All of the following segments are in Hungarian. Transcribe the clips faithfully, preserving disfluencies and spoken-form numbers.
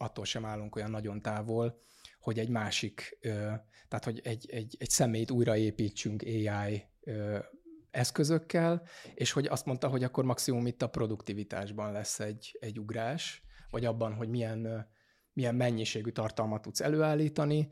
attól sem állunk olyan nagyon távol, hogy egy másik, tehát hogy egy, egy, egy személyt újraépítsünk á i eszközökkel, és hogy azt mondta, hogy akkor maximum itt a produktivitásban lesz egy, egy ugrás, vagy abban, hogy milyen, milyen mennyiségű tartalmat tudsz előállítani.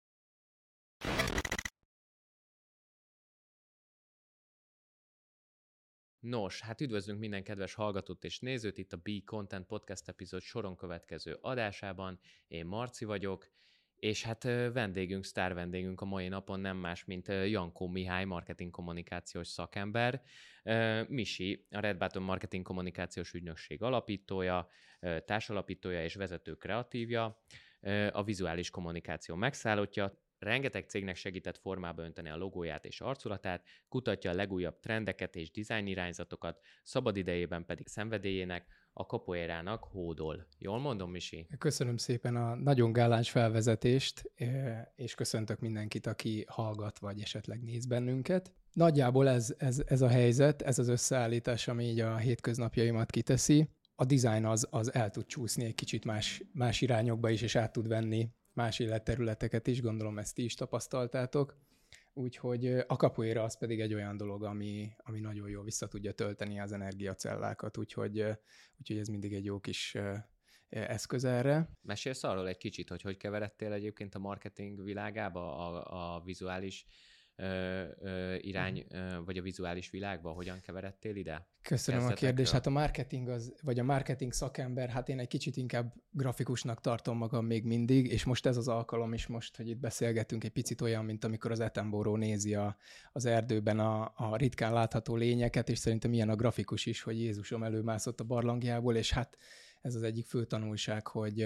Nos, hát üdvözlünk minden kedves hallgatót és nézőt itt a Be Content Podcast epizód soron következő adásában. Én Marci vagyok, és hát vendégünk, sztár vendégünk a mai napon nem más, mint Jankó Mihály, marketing kommunikációs szakember. Misi, a Red Button marketing kommunikációs ügynökség alapítója, társalapítója és vezető kreatívja, a vizuális kommunikáció megszállottja. Rengeteg cégnek segített formába önteni a logóját és arculatát, kutatja a legújabb trendeket és dizájn irányzatokat, szabad idejében pedig szenvedélyének, a capoeirának hódol. Jól mondom, Misi? Köszönöm szépen a nagyon gáláns felvezetést, és köszöntök mindenkit, aki hallgat vagy esetleg néz bennünket. Nagyjából ez, ez, ez a helyzet, ez az összeállítás, ami így a hétköznapjaimat kiteszi. A dizájn az, az el tud csúszni egy kicsit más, más irányokba is, és át tud venni más életterületeket is, gondolom ezt ti is tapasztaltátok. Úgyhogy a capoeira az pedig egy olyan dolog, ami, ami nagyon jól vissza tudja tölteni az energiacellákat, úgyhogy, úgyhogy ez mindig egy jó kis eszköz erre. Mesélsz arról egy kicsit, hogy hogy keveredtél egyébként a marketing világába, a, a vizuális ö, ö, irány, ö, vagy a vizuális világba, hogyan keveredtél ide? Köszönöm a kérdést. Hát a marketing az, vagy a marketing szakember, hát én egy kicsit inkább grafikusnak tartom magam még mindig, és most ez az alkalom is most, hogy itt beszélgetünk, egy picit olyan, mint amikor az Attenborough nézi a, az erdőben a, a ritkán látható lényeket, és szerintem ilyen a grafikus is, hogy Jézusom előmászott a barlangjából, és hát ez az egyik fő tanulság, hogy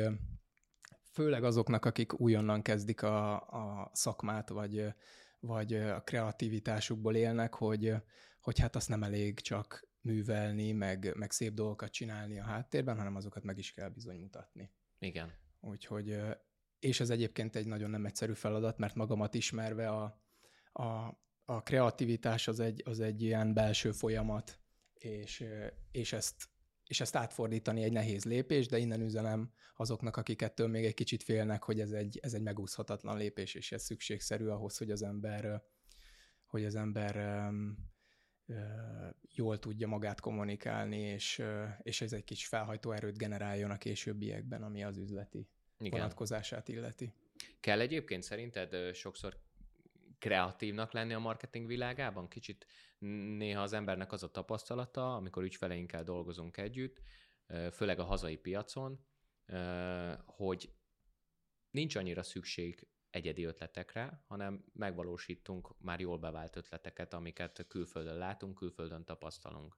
főleg azoknak, akik újonnan kezdik a, a szakmát, vagy, vagy a kreativitásukból élnek, hogy, hogy hát azt nem elég csak művelni, meg, meg szép dolgokat csinálni a háttérben, hanem azokat meg is kell bizony mutatni. Igen. Úgyhogy, és ez egyébként egy nagyon nem egyszerű feladat, mert magamat ismerve a, a, a kreativitás az egy, az egy ilyen belső folyamat, és, és ezt és ezt átfordítani egy nehéz lépés, de innen üzenem azoknak, akik ettől még egy kicsit félnek, hogy ez egy, ez egy megúszhatatlan lépés, és ez szükségszerű ahhoz, hogy az ember, hogy az ember jól tudja magát kommunikálni, és, és ez egy kis felhajtó erőt generáljon a későbbiekben, ami az üzleti Igen. vonatkozását illeti. Kell egyébként szerinted sokszor kreatívnak lenni a marketing világában? Kicsit néha az embernek az a tapasztalata, amikor ügyfeleinkkel dolgozunk együtt, főleg a hazai piacon, hogy nincs annyira szükség egyedi ötletekre, hanem megvalósítunk már jól bevált ötleteket, amiket külföldön látunk, külföldön tapasztalunk.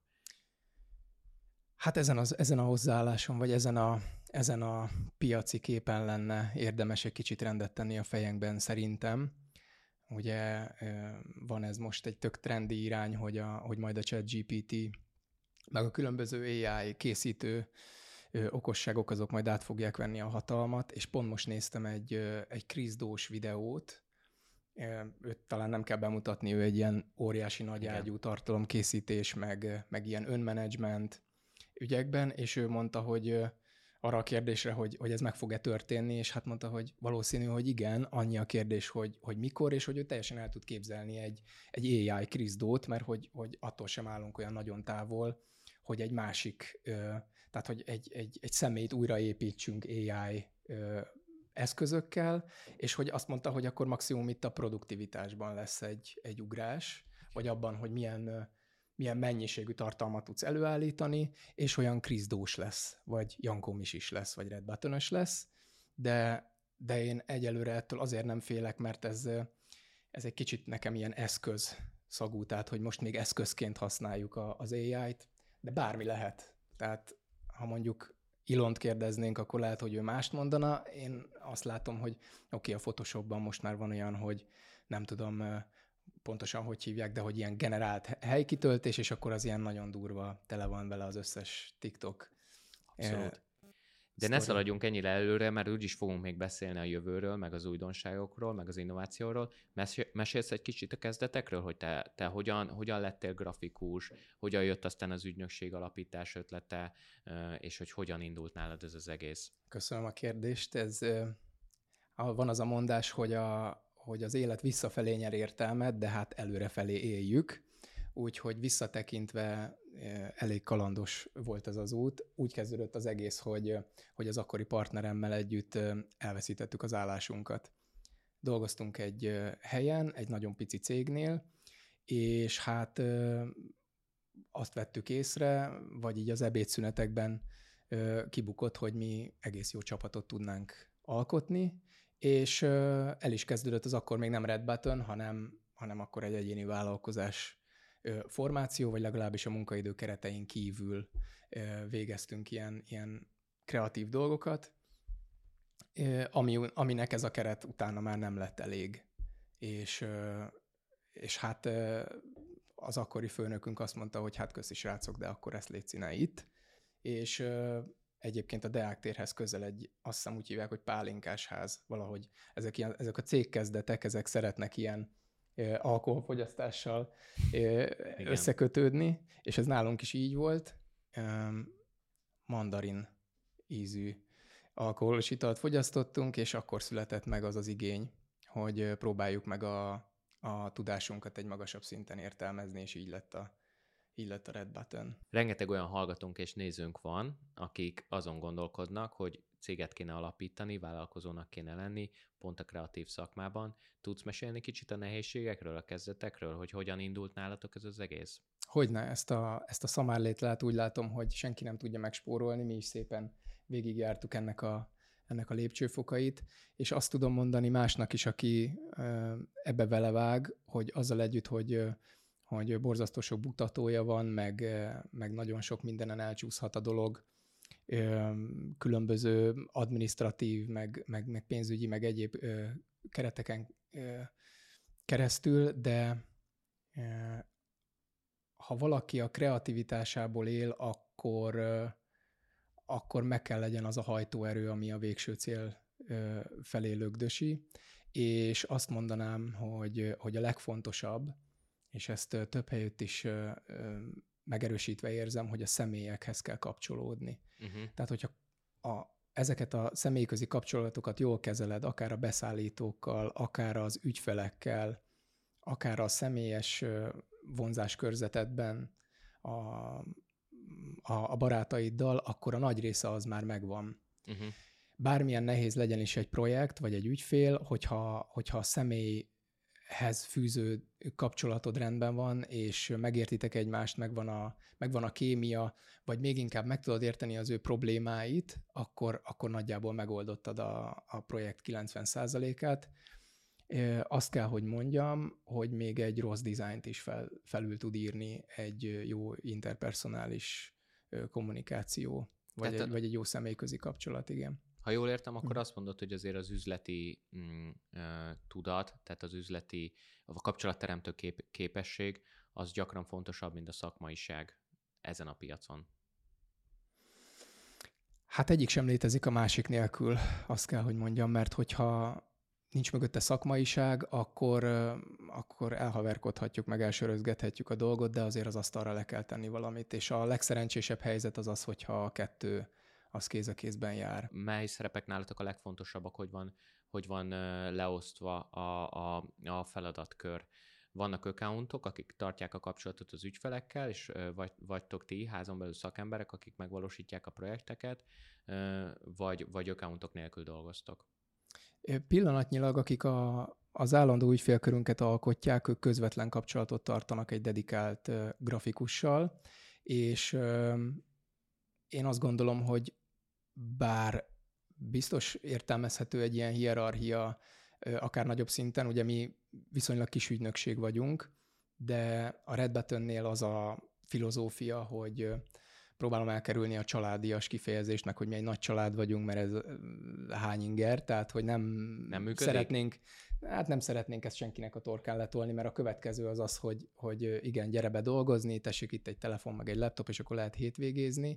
Hát ezen, az, ezen a hozzáálláson, vagy ezen a, ezen a piaci képen lenne érdemes egy kicsit rendet tenni a fejünkben szerintem. Ugye van ez most egy tök trendi irány, hogy, a, hogy majd a ChatGPT, meg a különböző á i készítő okosságok, azok majd át fogják venni a hatalmat, és pont most néztem egy, egy Chris Dosh videót, őt talán nem kell bemutatni, ő egy ilyen óriási nagyágyú tartalomkészítés, meg, meg ilyen önmenedzsment ügyekben, és ő mondta, hogy arra a kérdésre, hogy, hogy ez meg fog-e történni, és hát mondta, hogy valószínű, hogy igen, annyi a kérdés, hogy, hogy mikor, és hogy ő teljesen el tud képzelni egy, egy á i Chris Doth, mert hogy, hogy attól sem állunk olyan nagyon távol, hogy egy másik, tehát hogy egy, egy, egy személyt újraépítsünk á i eszközökkel, és hogy azt mondta, hogy akkor maximum itt a produktivitásban lesz egy, egy ugrás, vagy abban, hogy milyen milyen mennyiségű tartalmat tudsz előállítani, és olyan Chris Dosh lesz, vagy Jankó Misis lesz, vagy Red Button-ös lesz, de, de én egyelőre ettől azért nem félek, mert ez, ez egy kicsit nekem ilyen eszköz szagú, tehát hogy most még eszközként használjuk a, az á i-t, de bármi lehet. Tehát ha mondjuk Ilont kérdeznénk, akkor lehet, hogy ő mást mondana. Én azt látom, hogy oké, okay, a Photoshopban most már van olyan, hogy nem tudom pontosan hogy hívják, de hogy ilyen generált helykitöltés, és akkor az ilyen nagyon durva, tele van vele az összes TikTok. Abszolút. De ne szaladjunk ennyire előre, mert úgyis fogunk még beszélni a jövőről, meg az újdonságokról, meg az innovációról. Mes- mesélsz egy kicsit a kezdetekről, hogy te, te hogyan, hogyan lettél grafikus, hogyan jött aztán az ügynökség alapítás ötlete, és hogy hogyan indult nálad ez az egész? Köszönöm a kérdést. Ez, van az a mondás, hogy, a, hogy az élet visszafelé nyer értelmet, de hát előrefelé éljük. Úgyhogy visszatekintve elég kalandos volt ez az út. Úgy kezdődött az egész, hogy, hogy az akkori partneremmel együtt elveszítettük az állásunkat. Dolgoztunk egy helyen, egy nagyon pici cégnél, és hát azt vettük észre, vagy így az ebédszünetekben kibukott, hogy mi egész jó csapatot tudnánk alkotni, és el is kezdődött az akkor még nem Red Button, hanem, hanem akkor egy egyéni vállalkozás formáció, vagy legalábbis a munkaidő keretein kívül végeztünk ilyen, ilyen kreatív dolgokat, ami, aminek ez a keret utána már nem lett elég. És, és hát az akkori főnökünk azt mondta, hogy hát köszi srácok, de akkor ezt légy színe itt. És egyébként a Deák térhez közel egy, azt hiszem úgy hívják, hogy pálinkás ház, valahogy ezek, ilyen, ezek a cégkezdetek, ezek szeretnek ilyen alkoholfogyasztással Igen. összekötődni, és ez nálunk is így volt. Mandarin ízű alkoholos italt fogyasztottunk, és akkor született meg az az igény, hogy próbáljuk meg a, a tudásunkat egy magasabb szinten értelmezni, és így lett a, így lett a Red Button. Rengeteg olyan hallgatónk és nézőnk van, akik azon gondolkodnak, hogy céget kéne alapítani, vállalkozónak kéne lenni, pont a kreatív szakmában. Tudsz mesélni kicsit a nehézségekről, a kezdetekről, hogy hogyan indult nálatok ez az egész? Hogyne, ezt a, ezt a szamárlétlát úgy látom, hogy senki nem tudja megspórolni, mi is szépen végigjártuk ennek a, ennek a lépcsőfokait, és azt tudom mondani másnak is, aki ebbe velevág, hogy azzal együtt, hogy, hogy borzasztó sok buktatója van, meg, meg nagyon sok mindenen elcsúszhat a dolog, különböző adminisztratív, meg, meg, meg pénzügyi, meg egyéb kereteken keresztül, de ha valaki a kreativitásából él, akkor, akkor meg kell legyen az a hajtóerő, ami a végső cél felé lögdösi, és azt mondanám, hogy, hogy a legfontosabb, és ezt több helyütt is megerősítve érzem, hogy a személyekhez kell kapcsolódni. Uh-huh. Tehát, hogyha a, ezeket a személyközi kapcsolatokat jól kezeled, akár a beszállítókkal, akár az ügyfelekkel, akár a személyes vonzáskörzetedben a, a, a barátaiddal, akkor a nagy része az már megvan. Uh-huh. Bármilyen nehéz legyen is egy projekt, vagy egy ügyfél, hogyha, hogyha a személyhez fűző kapcsolatod rendben van, és megértitek egymást, megvan a, megvan a kémia, vagy még inkább meg tudod érteni az ő problémáit, akkor, akkor nagyjából megoldottad a, a projekt kilencven százalékát. Azt kell, hogy mondjam, hogy még egy rossz dizájnt is fel, felül tud írni egy jó interpersonális kommunikáció, vagy egy, vagy egy jó személyközi kapcsolat, igen. Ha jól értem, akkor azt mondod, hogy azért az üzleti mm, tudat, tehát az üzleti, a kapcsolatteremtő kép, képesség, az gyakran fontosabb, mint a szakmaiság ezen a piacon. Hát egyik sem létezik a másik nélkül, azt kell, hogy mondjam, mert hogyha nincs mögötte szakmaiság, akkor, akkor elhaverkodhatjuk, meg elsörözgethetjük a dolgot, de azért az asztalra le kell tenni valamit, és a legszerencsésebb helyzet az az, hogyha a kettő az kéz a kézben jár. Mely szerepek nálatok a legfontosabbak, hogy van, hogy van leosztva a, a, a feladatkör? Vannak accountok, akik tartják a kapcsolatot az ügyfelekkel, és vagy, vagytok ti házon belül szakemberek, akik megvalósítják a projekteket, vagy, vagy accountok nélkül dolgoztok? Pillanatnyilag, akik a, az állandó ügyfélkörünket alkotják, ők közvetlen kapcsolatot tartanak egy dedikált grafikussal, és én azt gondolom, hogy bár biztos értelmezhető egy ilyen hierarchia, akár nagyobb szinten, ugye mi viszonylag kis ügynökség vagyunk, de a Red Buttonnél az a filozófia, hogy próbálom elkerülni a családias kifejezést, meg hogy mi egy nagy család vagyunk, mert ez hány inger, tehát hogy nem, nem szeretnénk, hát nem szeretnénk ezt senkinek a torkán letolni, mert a következő az az, hogy, hogy igen, gyere be dolgozni, tessék itt egy telefon, meg egy laptop, és akkor lehet hétvégézni,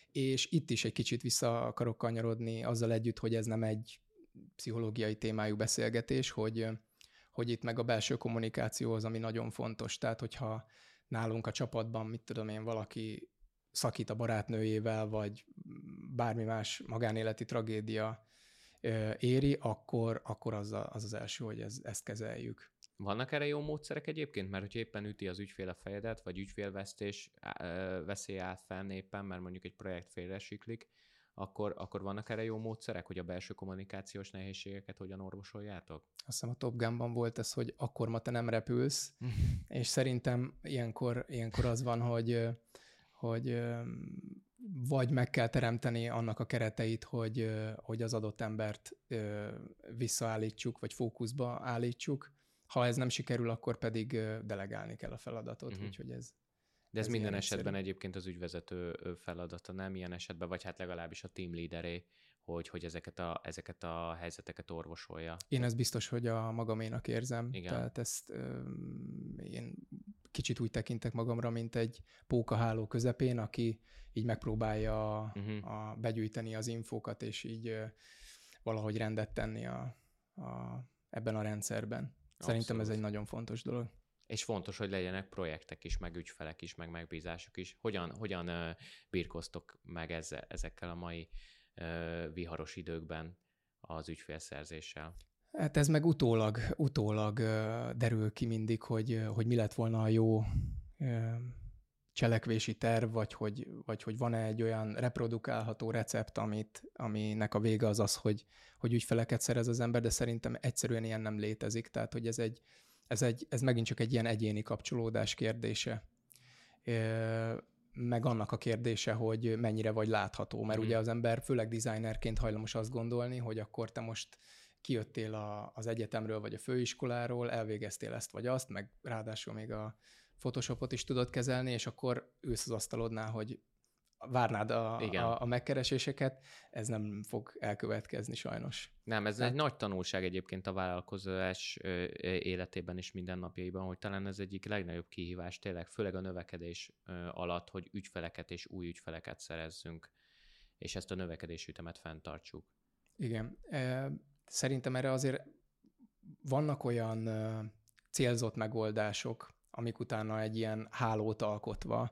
És itt is egy kicsit vissza akarok kanyarodni azzal együtt, hogy ez nem egy pszichológiai témájú beszélgetés, hogy, hogy itt meg a belső kommunikáció az, ami nagyon fontos. Tehát, hogyha nálunk a csapatban, mit tudom én, valaki szakít a barátnőjével, vagy bármi más magánéleti tragédia éri, akkor, akkor az, a, az az első, hogy ez, ezt kezeljük. Vannak erre jó módszerek egyébként? Mert hogyha éppen üti az ügyfél a fejedet, vagy ügyfélvesztés veszély áll fenn éppen, mert mondjuk egy projekt félre siklik, akkor, akkor vannak erre jó módszerek, hogy a belső kommunikációs nehézségeket hogyan orvosoljátok? Azt hiszem a Top Gun-ban volt ez, hogy akkor ma te nem repülsz, és szerintem ilyenkor, ilyenkor az van, hogy, hogy vagy meg kell teremteni annak a kereteit, hogy, hogy az adott embert visszaállítsuk, vagy fókuszba állítsuk. Ha ez nem sikerül, akkor pedig delegálni kell a feladatot, uh-huh. úgyhogy ez De ez, ez minden esetben egyszerű. Egyébként az ügyvezető feladata, nem ilyen esetben, vagy hát legalábbis a team leaderé, hogy, hogy ezeket, a, ezeket a helyzeteket orvosolja. Én ezt biztos, hogy a magaménak érzem. Igen. Tehát ezt ö, én kicsit úgy tekintek magamra, mint egy pókaháló közepén, aki így megpróbálja uh-huh. a, begyűjteni az infókat, és így ö, valahogy rendet tenni a, a, ebben a rendszerben. Szerintem Abszolút. Ez egy nagyon fontos dolog. És fontos, hogy legyenek projektek is, meg ügyfelek is, meg megbízások is. Hogyan, hogyan uh, birkoztok meg ezzel, ezekkel a mai uh, viharos időkben az ügyfélszerzéssel? Hát ez meg utólag, utólag uh, derül ki mindig, hogy, hogy mi lett volna a jó uh, cselekvési terv, vagy hogy, vagy hogy van-e egy olyan reprodukálható recept, amit, aminek a vége az az, hogy, hogy ügyfeleket szerez az ember, de szerintem egyszerűen ilyen nem létezik. Tehát, hogy ez egy Ez, egy, ez megint csak egy ilyen egyéni kapcsolódás kérdése. Meg annak a kérdése, hogy mennyire vagy látható. Mert mm. ugye az ember főleg designerként hajlamos azt gondolni, hogy akkor te most kijöttél a, az egyetemről vagy a főiskoláról, elvégeztél ezt vagy azt, meg ráadásul még a Photoshopot is tudod kezelni, és akkor ülsz az asztalodnál, hogy várnád a, a, a megkereséseket, ez nem fog elkövetkezni sajnos. Nem, ez hát... egy nagy tanulság egyébként a vállalkozás életében és mindennapjaiban, hogy talán ez egyik legnagyobb kihívás tényleg, főleg a növekedés alatt, hogy ügyfeleket és új ügyfeleket szerezzünk, és ezt a növekedési ütemet fenntartsuk. Igen. Szerintem erre azért vannak olyan célzott megoldások, amik utána egy ilyen hálót alkotva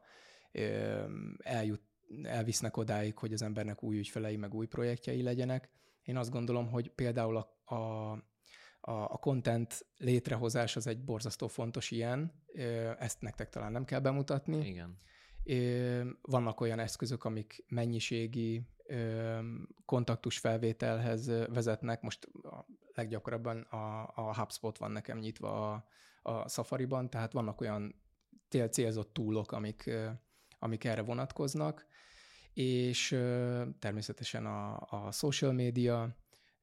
eljut elvisznek odáig, hogy az embernek új ügyfelei, meg új projektjei legyenek. Én azt gondolom, hogy például a, a, a content létrehozás az egy borzasztó fontos ilyen, ezt nektek talán nem kell bemutatni. Igen. Vannak olyan eszközök, amik mennyiségi kontaktusfelvételhez vezetnek. Most a leggyakrabban a, a HubSpot van nekem nyitva a, a Safari-ban, tehát vannak olyan célzott toolok, amik amik erre vonatkoznak, és természetesen a, a social media.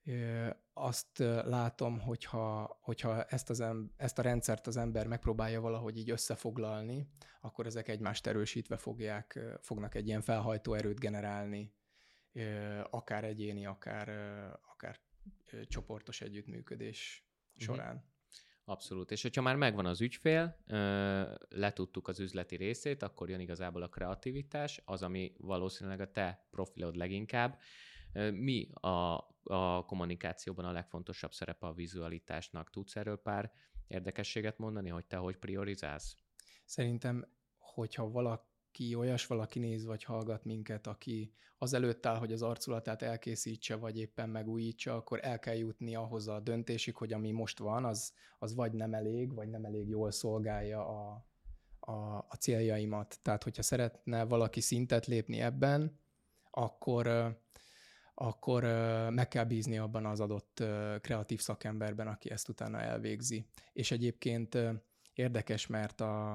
Azt látom, hogyha, hogyha ezt, az em, ezt a rendszert az ember megpróbálja valahogy így összefoglalni, akkor ezek egymást erősítve fogják, fognak egy ilyen felhajtó erőt generálni, akár egyéni, akár, akár csoportos együttműködés során. Uh-huh. Abszolút. És hogyha már megvan az ügyfél, letudtuk az üzleti részét, akkor jön igazából a kreativitás, az, ami valószínűleg a te profilod leginkább. Mi a, a kommunikációban a legfontosabb szerepe a vizualitásnak? Tudsz erről pár érdekességet mondani, hogy te hogy priorizálsz? Szerintem, hogyha valaki ki olyas valaki néz vagy hallgat minket, aki azelőtt áll, hogy az arculatát elkészítse, vagy éppen megújítsa, akkor el kell jutni ahhoz a döntésig, hogy ami most van, az, az vagy nem elég, vagy nem elég jól szolgálja a, a, a céljaimat. Tehát, hogyha szeretne valaki szintet lépni ebben, akkor, akkor meg kell bízni abban az adott kreatív szakemberben, aki ezt utána elvégzi. És egyébként érdekes, mert a,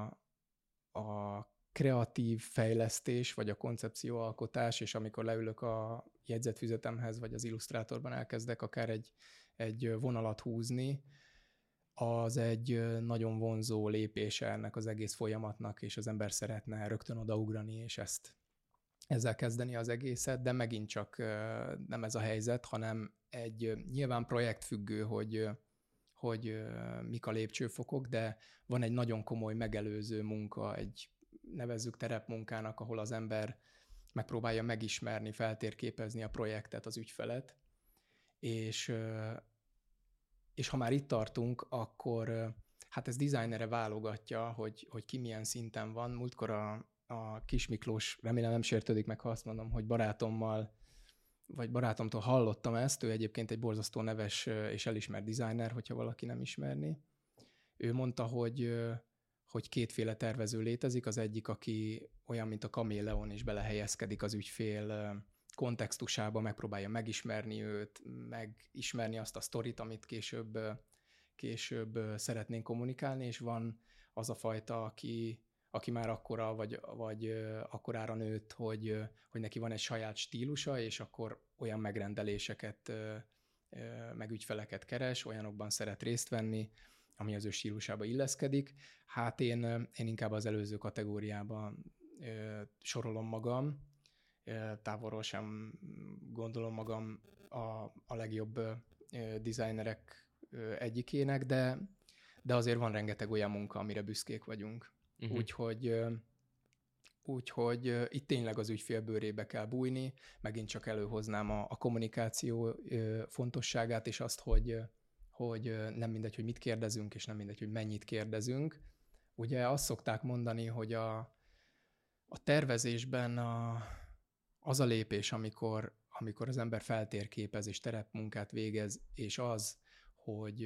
a kreatív fejlesztés, vagy a koncepcióalkotás, és amikor leülök a jegyzetfüzetemhez, vagy az Illustratorban elkezdek akár egy, egy vonalat húzni, az egy nagyon vonzó lépése ennek az egész folyamatnak, és az ember szeretne rögtön odaugrani, és ezt ezzel kezdeni az egészet, de megint csak nem ez a helyzet, hanem egy nyilván projektfüggő, hogy, hogy mik a lépcsőfokok, de van egy nagyon komoly megelőző munka, egy nevezzük terepmunkának, ahol az ember megpróbálja megismerni, feltérképezni a projektet, az ügyfelet, és, és ha már itt tartunk, akkor hát ez designere válogatja, hogy, hogy ki milyen szinten van. Múltkor a, a Kis Miklós, remélem nem sértődik meg, ha azt mondom, hogy barátommal, vagy barátomtól hallottam ezt, ő egyébként egy borzasztó neves és elismert designer, hogyha valaki nem ismerni. Ő mondta, hogy, hogy kétféle tervező létezik, az egyik, aki olyan, mint a kaméleon, és belehelyezkedik az ügyfél kontextusába, megpróbálja megismerni őt, megismerni azt a sztorit, amit később, később szeretnénk kommunikálni, és van az a fajta, aki, aki már akkora, vagy, vagy akkorára nőtt, hogy, hogy neki van egy saját stílusa, és akkor olyan megrendeléseket, meg ügyfeleket keres, olyanokban szeret részt venni, ami az ő stílusába illeszkedik. Hát én, én inkább az előző kategóriában sorolom magam, távolról sem gondolom magam a, a legjobb designerek egyikének, de, de azért van rengeteg olyan munka, amire büszkék vagyunk. Uh-huh. Úgyhogy, úgyhogy itt tényleg az ügyfél bőrébe kell bújni, megint csak előhoznám a, a kommunikáció fontosságát, és azt, hogy, hogy nem mindegy, hogy mit kérdezünk, és nem mindegy, hogy mennyit kérdezünk. Ugye azt szokták mondani, hogy a, a tervezésben a az a lépés, amikor, amikor az ember feltérképez és terepmunkát végez, és az, hogy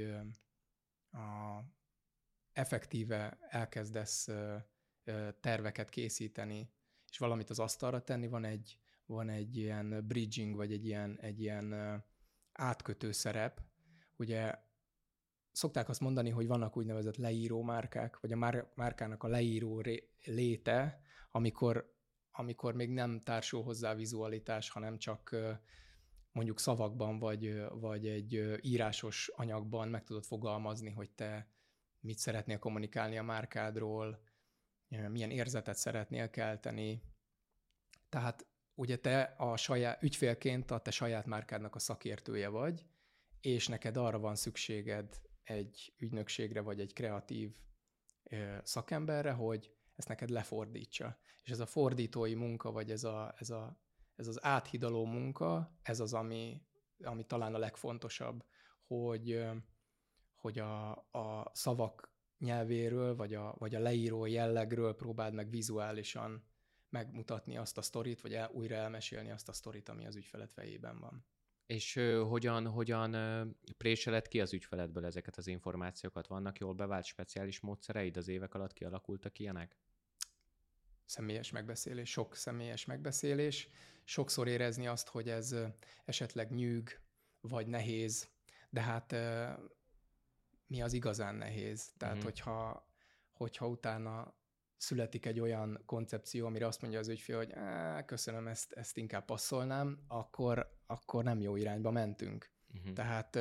a, effektíve elkezdesz terveket készíteni, és valamit az asztalra tenni, van egy, van egy ilyen bridging, vagy egy ilyen, egy ilyen átkötő szerep. Ugye szokták azt mondani, hogy vannak úgynevezett leíró márkák, vagy a már, márkának a leíró ré, léte, amikor amikor még nem társul hozzá vizualitás, hanem csak mondjuk szavakban, vagy, vagy egy írásos anyagban meg tudod fogalmazni, hogy te mit szeretnél kommunikálni a márkádról, milyen érzetet szeretnél kelteni. Tehát ugye te a saját, ügyfélként a te saját márkádnak a szakértője vagy, és neked arra van szükséged egy ügynökségre, vagy egy kreatív szakemberre, hogy ezt neked lefordítsa. És ez a fordítói munka, vagy ez, a, ez, a, ez az áthidaló munka, ez az, ami, ami talán a legfontosabb, hogy, hogy a, a szavak nyelvéről, vagy a, vagy a leíró jellegről próbáld meg vizuálisan megmutatni azt a sztorit, vagy el, újra elmesélni azt a sztorit, ami az ügyfeled fejében van. És uh, hogyan, hogyan uh, préseled ki az ügyfeledből ezeket az információkat? Vannak jól bevált speciális módszereid, az évek alatt kialakultak ilyenek? Személyes megbeszélés, sok személyes megbeszélés. Sokszor érezni azt, hogy ez esetleg nyűg, vagy nehéz, de hát mi az igazán nehéz? Tehát, mm-hmm. hogyha, hogyha utána születik egy olyan koncepció, amire azt mondja az ügyfél, hogy köszönöm, ezt, ezt inkább passzolnám, akkor, akkor nem jó irányba mentünk. Mm-hmm. Tehát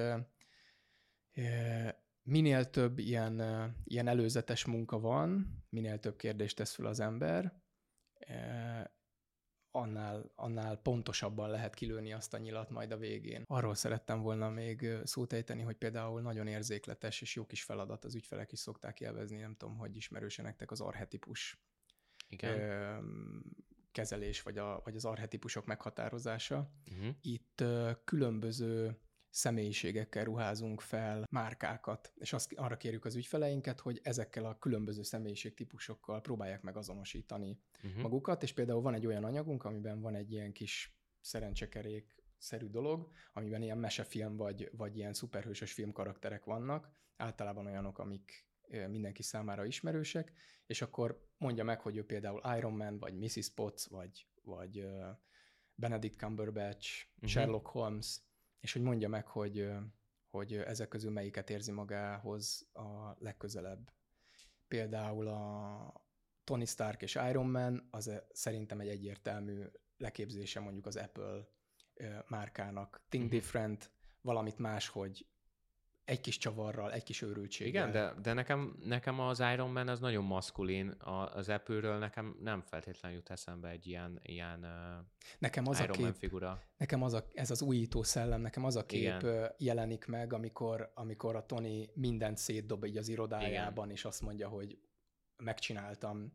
minél több ilyen, ilyen előzetes munka van, minél több kérdést tesz fel az ember, annál, annál pontosabban lehet kilőni azt a nyilat majd a végén. Arról szerettem volna még szót ejteni, hogy például nagyon érzékletes és jó kis feladat, az ügyfelek is szokták élvezni, nem tudom, hogy ismerőse nektek az archetipus kezelés, vagy, a, vagy az archetipusok meghatározása. Uh-huh. Itt különböző személyiségekkel ruházunk fel márkákat, és azt, arra kérjük az ügyfeleinket, hogy ezekkel a különböző személyiségtípusokkal próbálják meg azonosítani uh-huh. magukat, és például van egy olyan anyagunk, amiben van egy ilyen kis szerencsekerék-szerű dolog, amiben ilyen mesefilm vagy, vagy ilyen szuperhősös filmkarakterek vannak, általában olyanok, amik mindenki számára ismerősek, és akkor mondja meg, hogy ő például Iron Man, vagy missus Potts, vagy, vagy Benedict Cumberbatch, uh-huh. Sherlock Holmes, és hogy mondja meg, hogy, hogy ezek közül melyiket érzi magához a legközelebb. Például a Tony Stark és Iron Man, az szerintem egy egyértelmű leképzése mondjuk az Apple márkának. Think uh-huh. different, valamit máshogy, egy kis csavarral, egy kis őrültséggel. Igen, de, de nekem, nekem az Iron Man az nagyon maszkulin, a, az Apple-ről nekem nem feltétlenül jut eszembe egy ilyen, ilyen nekem az Iron a kép, Man figura. Nekem az a, ez az újító szellem, nekem az a kép Igen. jelenik meg, amikor, amikor a Tony mindent szétdob így az irodájában, igen. és azt mondja, hogy megcsináltam.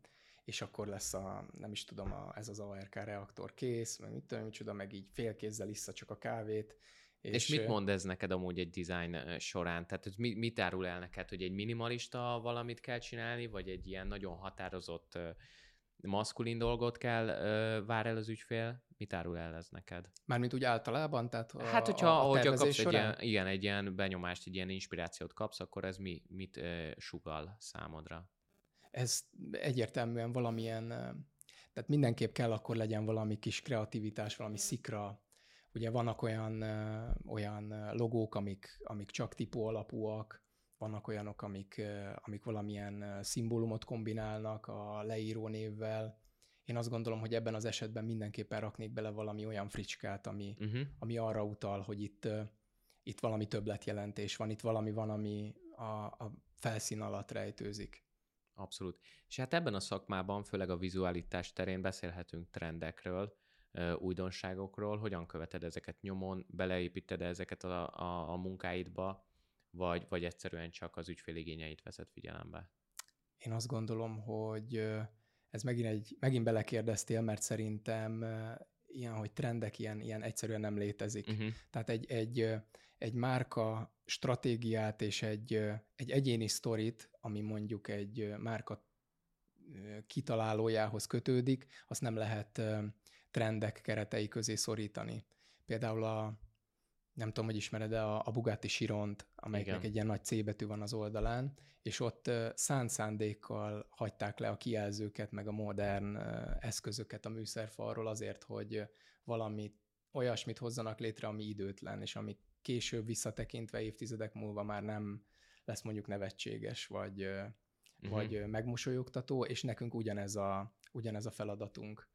és akkor lesz a, nem is tudom, a, ez az á er ká reaktor kész, meg mit tudom, micsoda, meg így félkézzel issza csak a kávét. És, és mit mond ez neked amúgy egy design során? Tehát ez mit, mit árul el neked, hogy egy minimalista valamit kell csinálni, vagy egy ilyen nagyon határozott maszkulin dolgot kell vár el az ügyfél? Mit árul el ez neked? Mármint úgy általában? Tehát a, hát, hogyha a, a ahogy kapsz során? egy ilyen, igen, egy ilyen benyomást, egy ilyen inspirációt kapsz, akkor ez mi, mit uh, sugal számodra? Ez egyértelműen valamilyen, tehát mindenképp kell akkor legyen valami kis kreativitás, valami szikra. Ugye vannak olyan, olyan logók, amik, amik csak típú alapúak, vannak olyanok, amik, amik valamilyen szimbólumot kombinálnak a leíró névvel. Én azt gondolom, hogy ebben az esetben mindenképpen raknék bele valami olyan fricskát, ami, uh-huh. ami arra utal, hogy itt, itt valami többletjelentés van, itt valami van, ami a, a felszín alatt rejtőzik. Abszolút. És hát ebben a szakmában, főleg a vizualitás terén beszélhetünk trendekről, újdonságokról, hogyan követed ezeket nyomon, beleépíted ezeket a, a, a munkáidba, vagy, vagy egyszerűen csak az ügyfél igényeit veszed figyelembe? Én azt gondolom, hogy ez megint, egy, megint belekérdeztél, mert szerintem ilyen, hogy trendek ilyen, ilyen egyszerűen nem létezik. Uh-huh. Tehát egy, egy, egy márka stratégiát és egy, egy egyéni sztorit, ami mondjuk egy márka kitalálójához kötődik, azt nem lehet trendek keretei közé szorítani. Például a, nem tudom, hogy ismered, de a, a Bugatti Chiront, amelyiknek Igen. egy ilyen nagy C betű van az oldalán, és ott szánt szándékkal hagyták le a kijelzőket, meg a modern eszközöket a műszerfalról azért, hogy valami olyasmit hozzanak létre, ami időtlen, és ami később visszatekintve évtizedek múlva már nem lesz mondjuk nevetséges, vagy, uh-huh. vagy megmosolyogtató, és nekünk ugyanez a, ugyanez a feladatunk,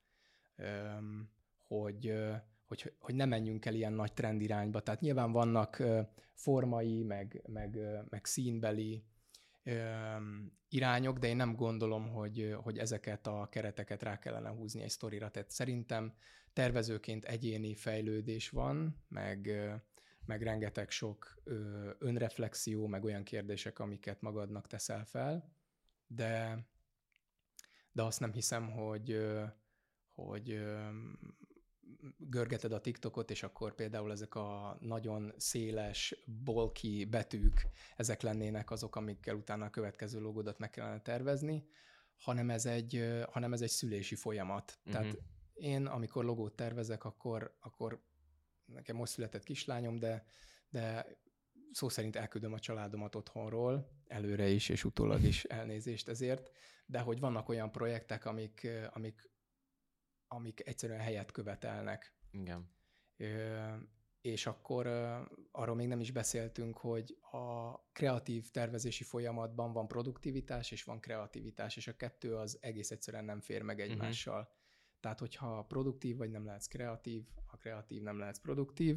hogy, hogy, hogy ne menjünk el ilyen nagy trend irányba. Tehát nyilván vannak formai, meg, meg, meg színbeli irányok, de én nem gondolom, hogy, hogy ezeket a kereteket rá kellene húzni egy sztorira. Tehát szerintem tervezőként egyéni fejlődés van, meg, meg rengeteg sok önreflexió, meg olyan kérdések, amiket magadnak teszel fel, de, de azt nem hiszem, hogy, hogy görgeted a TikTokot, és akkor például ezek a nagyon széles, bulky betűk, ezek lennének azok, amikkel utána a következő logódat meg kellene tervezni, hanem ez egy, hanem ez egy szülési folyamat. Uh-huh. Tehát én, amikor logót tervezek, akkor, akkor nekem most született kislányom, de, de szó szerint elküldöm a családomat otthonról, előre is, és utólag is elnézést ezért, de hogy vannak olyan projektek, amik, amik amik egyszerűen helyet követelnek. Igen. Ö, és akkor ö, arról még nem is beszéltünk, hogy a kreatív tervezési folyamatban van produktivitás, és van kreativitás, és a kettő az egész egyszerűen nem fér meg egymással. Uh-huh. Tehát, hogyha produktív vagy, nem lehetsz kreatív, ha kreatív, nem lehetsz produktív.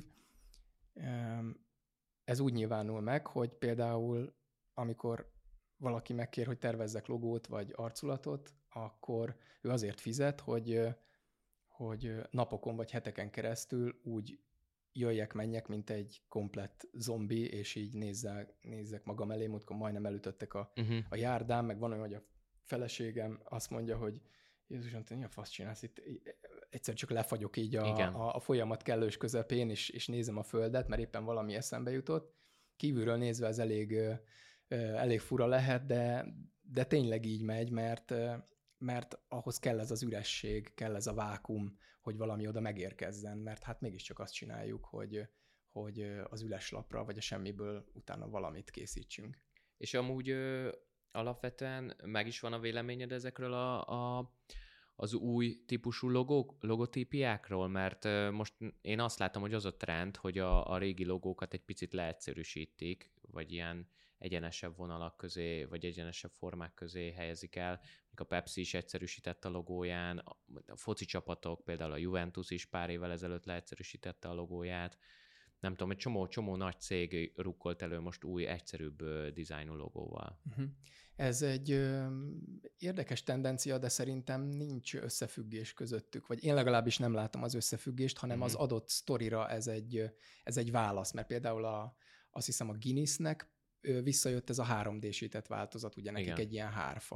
Ö, ez úgy nyilvánul meg, hogy például, amikor valaki megkér, hogy tervezzek logót vagy arculatot, akkor ő azért fizet, hogy hogy napokon vagy heteken keresztül úgy jöjjek, menjek, mint egy komplett zombi, és így nézzek, nézzek magam elé, múltkor majdnem elütöttek a, uh-huh. a járdán, meg van olyan, hogy a feleségem azt mondja, hogy Jézusom, te mi a fasz csinálsz itt? Egyszer csak lefagyok így a, a, a folyamat kellős közepén, és, és nézem a földet, mert éppen valami eszembe jutott. Kívülről nézve ez elég, elég fura lehet, de, de tényleg így megy, mert mert ahhoz kell ez az üresség, kell ez a vákum, hogy valami oda megérkezzen, mert hát mégiscsak azt csináljuk, hogy, hogy az üres lapra, vagy a semmiből utána valamit készítsünk. És amúgy ö, alapvetően meg is van a véleményed ezekről a, a, az új típusú logók, logotípiákról? Mert ö, most én azt látom, hogy az a trend, hogy a, a régi logókat egy picit leegyszerűsítik, vagy ilyen egyenesebb vonalak közé, vagy egyenesebb formák közé helyezik el. A Pepsi is egyszerűsítette a logóján, a foci csapatok, például a Juventus is pár évvel ezelőtt leegyszerűsítette a logóját. Nem tudom, egy csomó, csomó nagy cég rukkolt elő most új, egyszerűbb dizájnú logóval. Uh-huh. Ez egy ö, érdekes tendencia, de szerintem nincs összefüggés közöttük, vagy én legalábbis nem látom az összefüggést, hanem uh-huh. az adott sztorira ez egy, ez egy válasz, mert például a, azt hiszem a Guinnessnek visszajött ez a három dé-sített változat, ugye nekik Igen. egy ilyen hárfa.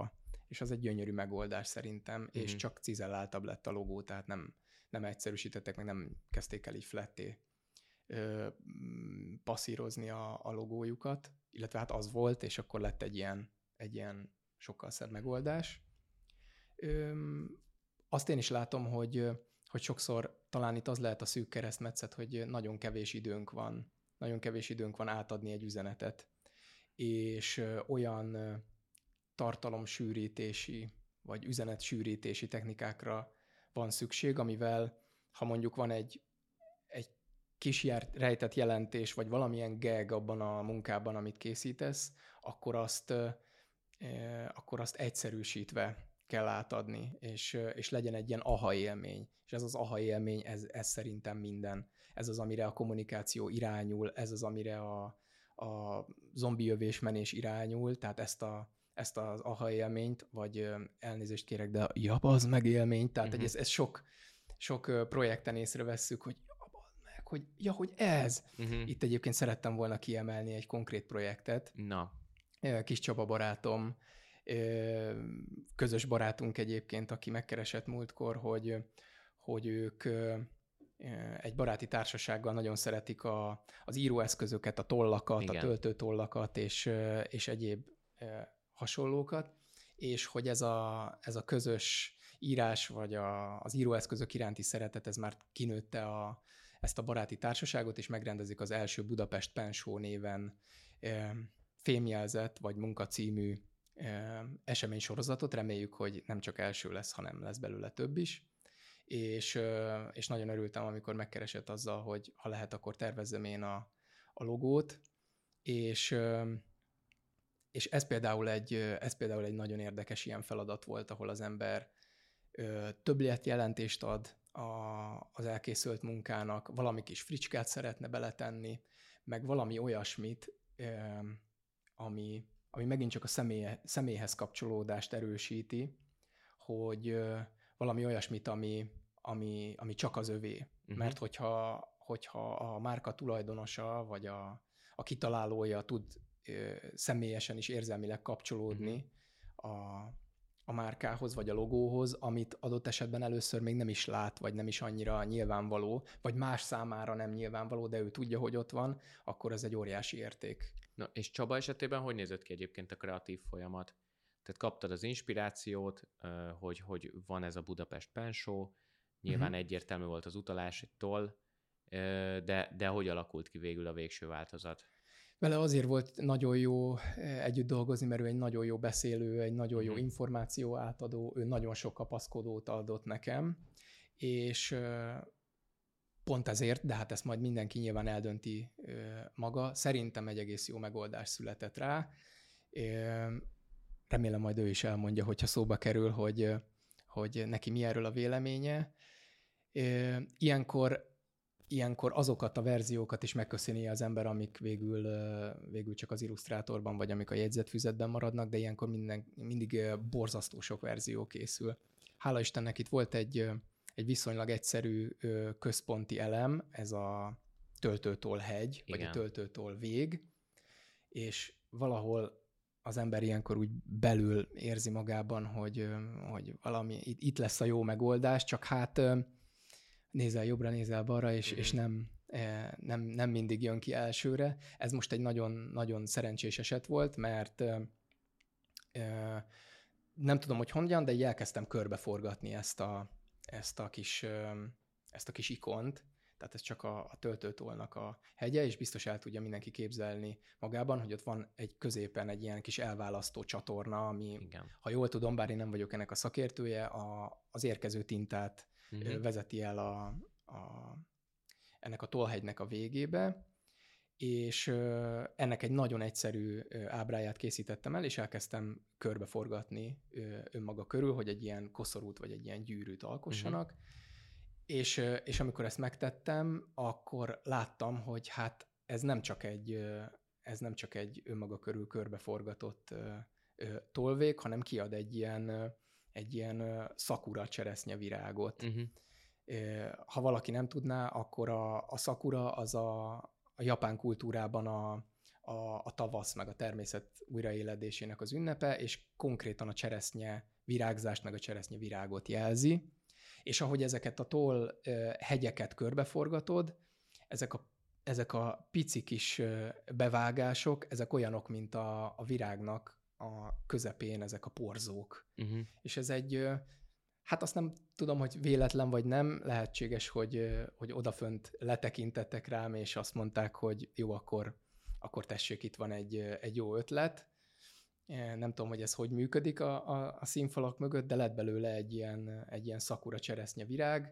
és az egy gyönyörű megoldás szerintem, uh-huh. és Mhm. csak cizelláltabb lett a logó, tehát nem, nem egyszerűsítettek, meg nem kezdték el így flatté ö, mm, passzírozni a, a logójukat, illetve hát az volt, és akkor lett egy ilyen, egy ilyen sokkal szebb megoldás. Ö, azt én is látom, hogy, hogy sokszor talán itt az lehet a szűk keresztmetszet, hogy nagyon kevés időnk van, nagyon kevés időnk van átadni egy üzenetet, és ö, olyan ö, tartalomsűrítési, vagy üzenetsűrítési technikákra van szükség, amivel, ha mondjuk van egy, egy kis jár, rejtett jelentés, vagy valamilyen gag abban a munkában, amit készítesz, akkor azt, e, akkor azt egyszerűsítve kell átadni, és, és legyen egy ilyen aha élmény. És ez az aha élmény, ez, ez szerintem minden. Ez az, amire a kommunikáció irányul, ez az, amire a, a zombi jövésmenés irányul, tehát ezt, a, ezt az aha élményt, vagy elnézést kérek, de jabaz meg élményt, tehát uh-huh. ez, ez sok, sok projekten észrevesszük, hogy hogy ja, hogy ez. Uh-huh. Itt egyébként szerettem volna kiemelni egy konkrét projektet. Na. Kis Csaba barátom, közös barátunk egyébként, aki megkeresett múltkor, hogy, hogy ők egy baráti társasággal nagyon szeretik a, az íróeszközöket, a tollakat, igen. a töltőtollakat és, és egyéb hasonlókat, és hogy ez a, ez a közös írás, vagy a, az íróeszközök iránti szeretet, ez már kinőtte a ezt a baráti társaságot, és megrendezik az első Budapest Pen Show néven e, fémjelzett, vagy munkacímű e, eseménysorozatot. Reméljük, hogy nem csak első lesz, hanem lesz belőle több is. És, e, és nagyon örültem, amikor megkeresett azzal, hogy ha lehet, akkor tervezzem én a, a logót. És, e, és ez, például egy, ez például egy nagyon érdekes ilyen feladat volt, ahol az ember e, többletjelentést ad A, az elkészült munkának, valami kis fricskát szeretne beletenni, meg valami olyasmit, ami, ami megint csak a személye, személyhez kapcsolódást erősíti, hogy valami olyasmit, ami, ami, ami csak az övé. Uh-huh. Mert hogyha, hogyha a márka tulajdonosa, vagy a, a kitalálója tud személyesen is érzelmileg kapcsolódni uh-huh. a a márkához, vagy a logóhoz, amit adott esetben először még nem is lát, vagy nem is annyira nyilvánvaló, vagy más számára nem nyilvánvaló, de ő tudja, hogy ott van, akkor ez egy óriási érték. Na, és Csaba esetében hogy nézett ki egyébként a kreatív folyamat? Tehát kaptad az inspirációt, hogy, hogy van ez a Budapest Pen Show, nyilván uh-huh. egyértelmű volt az utalás egy toll, de, de hogy alakult ki végül a végső változat? Vele azért volt nagyon jó együtt dolgozni, mert ő egy nagyon jó beszélő, egy nagyon jó információ átadó, ő nagyon sok kapaszkodót adott nekem, és pont ezért, de hát ezt majd mindenki nyilván eldönti maga, szerintem egy egész jó megoldás született rá. Remélem majd ő is elmondja, hogyha szóba kerül, hogy, hogy neki mi erről a véleménye. Ilyenkor Ilyenkor azokat a verziókat is megköszöni az ember, amik végül, végül csak az Illusztrátorban, vagy amik a jegyzetfüzetben maradnak, de ilyenkor minden, mindig borzasztó sok verzió készül. Hála Istennek itt volt egy, egy viszonylag egyszerű központi elem, ez a töltőtoll hegy, igen. vagy a töltőtoll vég, és valahol az ember ilyenkor úgy belül érzi magában, hogy, hogy valami, itt lesz a jó megoldás, csak hát nézel jobbra, nézel balra, és, mm-hmm. és nem, nem, nem mindig jön ki elsőre. Ez most egy nagyon, nagyon szerencsés eset volt, mert nem tudom, hogy honnan, de így elkezdtem körbeforgatni ezt a, ezt a, kis, ezt a kis ikont, tehát ez csak a, a töltőtollnak a hegye, és biztos el tudja mindenki képzelni magában, hogy ott van egy középen egy ilyen kis elválasztó csatorna, ami, igen. ha jól tudom, bár én nem vagyok ennek a szakértője, a, az érkező tintát uh-huh. vezeti el a, a, ennek a tollhegynek a végébe, és ennek egy nagyon egyszerű ábráját készítettem el, és elkezdtem körbeforgatni önmaga körül, hogy egy ilyen koszorút vagy egy ilyen gyűrűt alkossanak, uh-huh. és, és amikor ezt megtettem, akkor láttam, hogy hát ez nem csak egy, ez nem csak egy önmaga körül körbeforgatott tollvég, hanem kiad egy ilyen egy ilyen szakura cseresznyevirágot. Uh-huh. Ha valaki nem tudná, akkor a, a szakura az a, a japán kultúrában a, a, a tavasz, meg a természet újraéledésének az ünnepe, és konkrétan a cseresznye virágzást, meg a cseresznye virágot jelzi. És ahogy ezeket a toll hegyeket körbeforgatod, ezek a, ezek a pici kis bevágások, ezek olyanok, mint a, a virágnak a közepén ezek a porzók. Uh-huh. És ez egy, hát azt nem tudom, hogy véletlen vagy nem, lehetséges, hogy, hogy odafönt letekintettek rám, és azt mondták, hogy jó, akkor, akkor tessék, itt van egy, egy jó ötlet. Nem tudom, hogy ez hogy működik a, a, a színfalak mögött, de lett belőle egy ilyen, egy ilyen szakura cseresznye virág,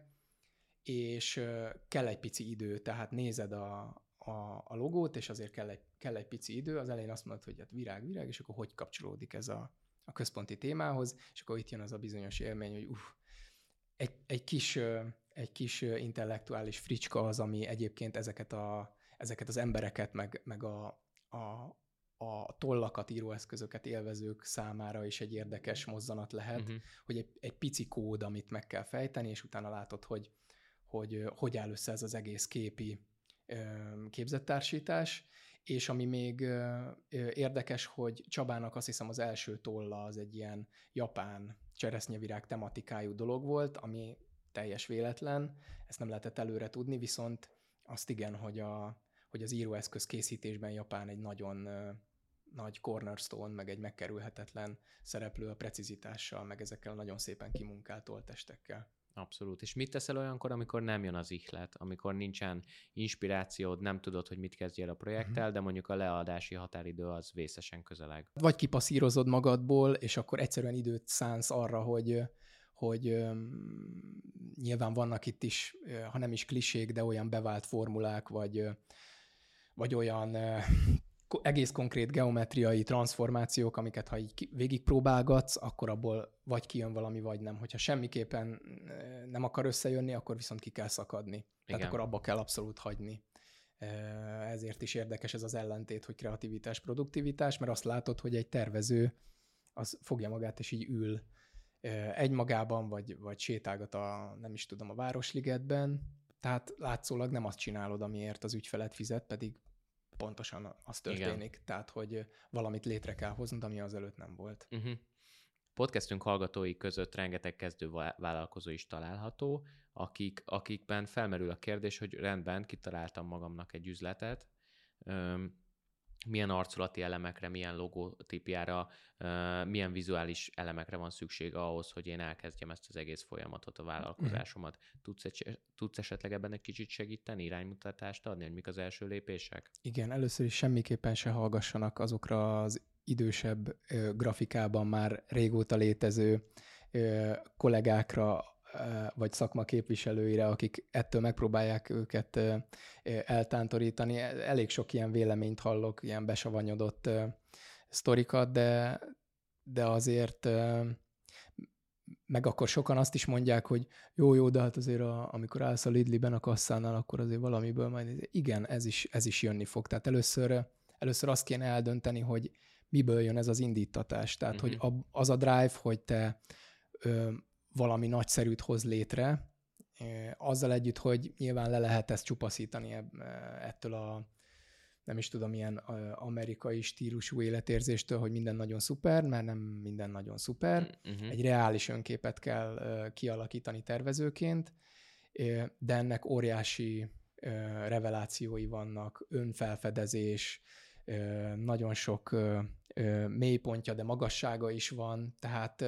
és kell egy pici idő, tehát nézed a, a, a logót, és azért kell egy, kell egy pici idő. Az elején azt mondod, hogy hát virág, virág, és akkor hogy kapcsolódik ez a, a központi témához, és akkor itt jön az a bizonyos élmény, hogy uff, egy, egy, kis, egy kis intellektuális fricska az, ami egyébként ezeket, a, ezeket az embereket, meg, meg a, a a tollakat, íróeszközöket élvezők számára is egy érdekes mozzanat lehet, uh-huh. hogy egy, egy pici kód, amit meg kell fejteni, és utána látod, hogy hogy, hogy áll össze ez az egész képi képzettársítás, és ami még érdekes, hogy Csabának azt hiszem az első tolla az egy ilyen japán cseresznyevirág tematikájú dolog volt, ami teljes véletlen, ezt nem lehetett előre tudni, viszont azt igen, hogy, a, hogy az íróeszköz készítésben Japán egy nagyon nagy cornerstone, meg egy megkerülhetetlen szereplő a precizitással, meg ezekkel nagyon szépen kimunkált tolltestekkel. Abszolút. És mit teszel olyankor, amikor nem jön az ihlet, amikor nincsen inspirációd, nem tudod, hogy mit kezdjél a projekttel, uh-huh. de mondjuk a leadási határidő az vészesen közeleg. Vagy kipasszírozod magadból, és akkor egyszerűen időt szánsz arra, hogy, hogy um, nyilván vannak itt is, ha nem is klisék, de olyan bevált formulák, vagy, vagy olyan uh, egész konkrét geometriai transformációk, amiket ha így végigpróbálgatsz, akkor abból vagy kijön valami, vagy nem. Hogyha semmiképpen nem akar összejönni, akkor viszont ki kell szakadni. Igen. Tehát akkor abba kell abszolút hagyni. Ezért is érdekes ez az ellentét, hogy kreativitás, produktivitás, mert azt látod, hogy egy tervező az fogja magát, és így ül egymagában, vagy, vagy sétálgat a, nem is tudom, a Városligetben. Tehát látszólag nem azt csinálod, amiért az ügyfelet fizet, pedig pontosan az történik. Igen. Tehát, hogy valamit létre kell hoznod, ami azelőtt nem volt. Uh-huh. Podcastünk hallgatói között rengeteg kezdő vállalkozó is található, akik, akikben felmerül a kérdés, hogy rendben, kitaláltam magamnak egy üzletet, Üm, milyen arculati elemekre, milyen logótípjára, milyen vizuális elemekre van szükség ahhoz, hogy én elkezdjem ezt az egész folyamatot, a vállalkozásomat. Tudsz, egy, tudsz esetleg ebben egy kicsit segíteni, iránymutatást adni, hogy mik az első lépések? Igen, először is semmiképpen se hallgassanak azokra az idősebb ö, grafikában már régóta létező ö, kollégákra, vagy szakma képviselőire, akik ettől megpróbálják őket eltántorítani. Elég sok ilyen véleményt hallok, ilyen besavanyodott sztorikat, de, de azért meg akkor sokan azt is mondják, hogy jó, jó, de hát azért a, amikor állsz a Lidliben a kasszánál, akkor azért valamiből majd... Igen, ez is, ez is jönni fog. Tehát először, először azt kéne eldönteni, hogy miből jön ez az indítatás. Tehát, uh-huh. hogy az a drive, hogy te... Ö, valami nagyszerűt hoz létre, azzal együtt, hogy nyilván le lehet ezt csupaszítani ettől a, nem is tudom, ilyen amerikai stílusú életérzéstől, hogy minden nagyon szuper, mert nem minden nagyon szuper. Uh-huh. Egy reális önképet kell kialakítani tervezőként, de ennek óriási revelációi vannak, önfelfedezés, nagyon sok mélypontja, de magassága is van, tehát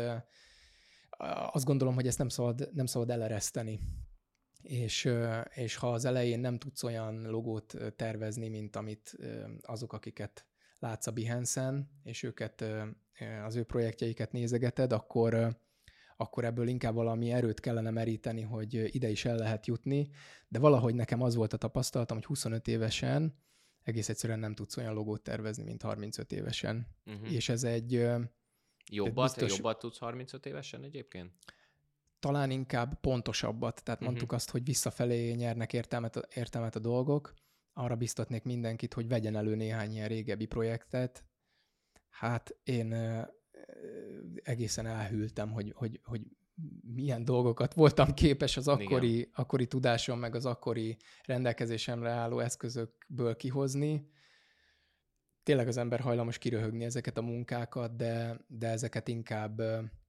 azt gondolom, hogy ezt nem szabad, nem szabad elereszteni. És, és ha az elején nem tudsz olyan logót tervezni, mint amit azok, akiket látsz a Behance-en, és őket, az ő projektjeiket nézegeted, akkor, akkor ebből inkább valami erőt kellene meríteni, hogy ide is el lehet jutni. De valahogy nekem az volt a tapasztalatom, hogy huszonöt évesen egész egyszerűen nem tudsz olyan logót tervezni, mint harmincöt évesen. Uh-huh. És ez egy... Jobbat, biztos, jobbat tudsz harmincöt évesen egyébként? Talán inkább pontosabbat. Tehát uh-huh. mondtuk azt, hogy visszafelé nyernek értelmet, értelmet a dolgok. Arra biztatnék mindenkit, hogy vegyen elő néhány ilyen régebbi projektet. Hát én uh, egészen elhűltem, hogy, hogy, hogy milyen dolgokat voltam képes az akkori, akkori tudásom, meg az akkori rendelkezésemre álló eszközökből kihozni. tényleg az ember hajlamos kiröhögni ezeket a munkákat, de, de ezeket inkább,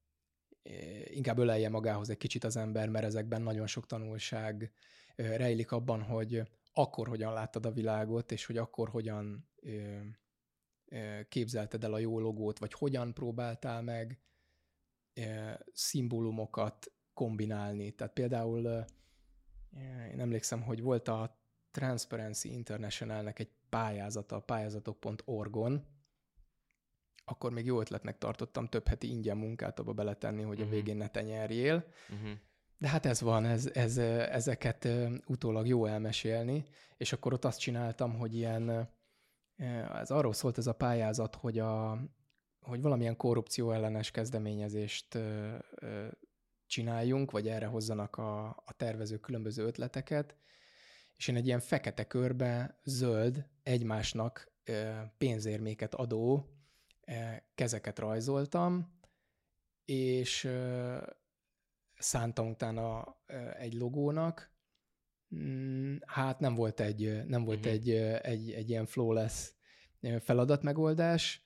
inkább ölelje magához egy kicsit az ember, mert ezekben nagyon sok tanulság rejlik abban, hogy akkor hogyan láttad a világot, és hogy akkor hogyan képzelted el a jó logót, vagy hogyan próbáltál meg szimbólumokat kombinálni. Tehát például én emlékszem, hogy volt a Transparency Internationalnek egy pályázata, a pályázatok pont org-on, akkor még jó ötletnek tartottam több heti ingyen munkát abba beletenni, hogy uh-huh. a végén ne te nyerjél. Uh-huh. De hát ez van, ez, ez, ezeket utólag jó elmesélni, és akkor ott azt csináltam, hogy ilyen, ez arról szólt ez a pályázat, hogy, a, hogy valamilyen korrupció ellenes kezdeményezést csináljunk, vagy erre hozzanak a, a tervezők különböző ötleteket, és én egy ilyen fekete körbe zöld, egymásnak pénzérméket adó kezeket rajzoltam, és szántam utána egy logónak. Hát nem volt egy, nem volt uh-huh. egy, egy, egy ilyen flawless feladatmegoldás,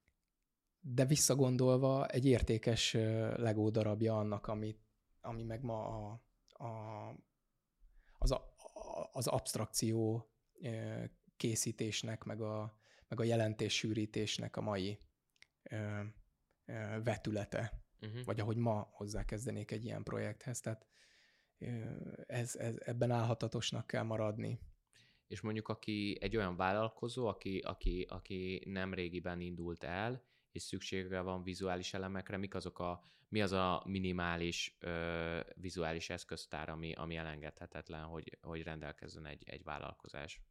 de visszagondolva egy értékes Lego darabja annak, ami, ami meg ma a, a, az, a, az absztrakció készítésnek, meg a, meg a jelentéssűrítésnek a mai ö, ö, vetülete, uh-huh. vagy ahogy ma hozzákezdenék egy ilyen projekthez. Tehát ö, ez, ez, ebben állhatatosnak kell maradni. És mondjuk aki egy olyan vállalkozó, aki, aki, aki nem régiben indult el, és szüksége van vizuális elemekre, mik azok a, mi az a minimális ö, vizuális eszköztár, ami, ami elengedhetetlen, hogy, hogy rendelkezzen egy, egy vállalkozás?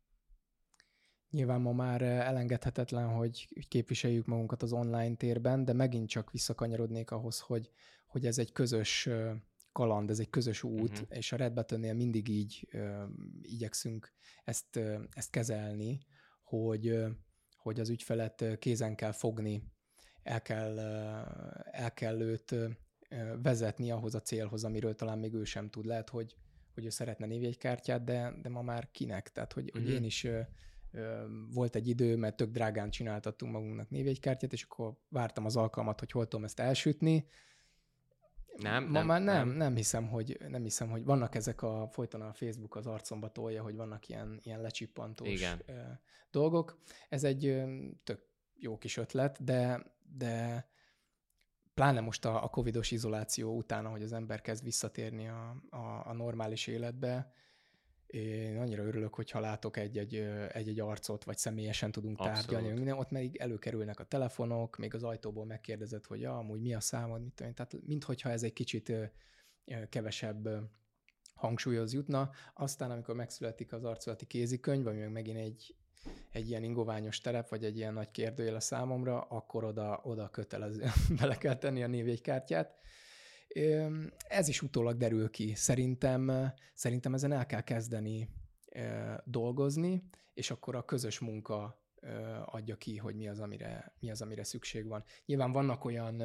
Nyilván ma már elengedhetetlen, hogy képviseljük magunkat az online térben, de megint csak visszakanyarodnék ahhoz, hogy, hogy ez egy közös kaland, ez egy közös út, uh-huh. és a Red Buttonnél mindig így uh, igyekszünk ezt, uh, ezt kezelni, hogy, uh, hogy az ügyfelet kézen kell fogni, el kell, uh, el kell őt uh, vezetni ahhoz a célhoz, amiről talán még ő sem tud. Lehet, hogy, hogy ő szeretne névjegykártyát, de, de ma már kinek? Tehát, hogy, uh-huh. hogy én is... Uh, volt egy idő, mert tök drágán csináltattunk magunknak névjegykártyát, és akkor vártam az alkalmat, hogy hol tudom ezt elsütni. Nem, Ma nem, már nem, nem. nem, hiszem, hogy, nem hiszem, hogy vannak ezek a, folyton a Facebook az arcomba tolja, hogy vannak ilyen, ilyen lecsippantós Igen. dolgok. Ez egy tök jó kis ötlet, de, de pláne most a, a covidos izoláció után, ahogy az ember kezd visszatérni a, a, a normális életbe, én annyira örülök, hogyha látok egy-egy, egy-egy arcot, vagy személyesen tudunk Abszolút. tárgyalni, minden, ott még előkerülnek a telefonok, még az ajtóból megkérdezed, hogy ja, amúgy mi a számod, mit tudom én. Tehát minthogyha ez egy kicsit kevesebb hangsúlyhoz jutna. Aztán, amikor megszületik az arculati kézikönyv, ami meg megint egy, egy ilyen ingoványos terep, vagy egy ilyen nagy kérdőjel a számomra, akkor oda, oda kötelező bele kell tenni a névjegykártyát. Ez is utólag derül ki. Szerintem, szerintem ezen el kell kezdeni dolgozni, és akkor a közös munka adja ki, hogy mi az, amire, mi az, amire szükség van. Nyilván vannak olyan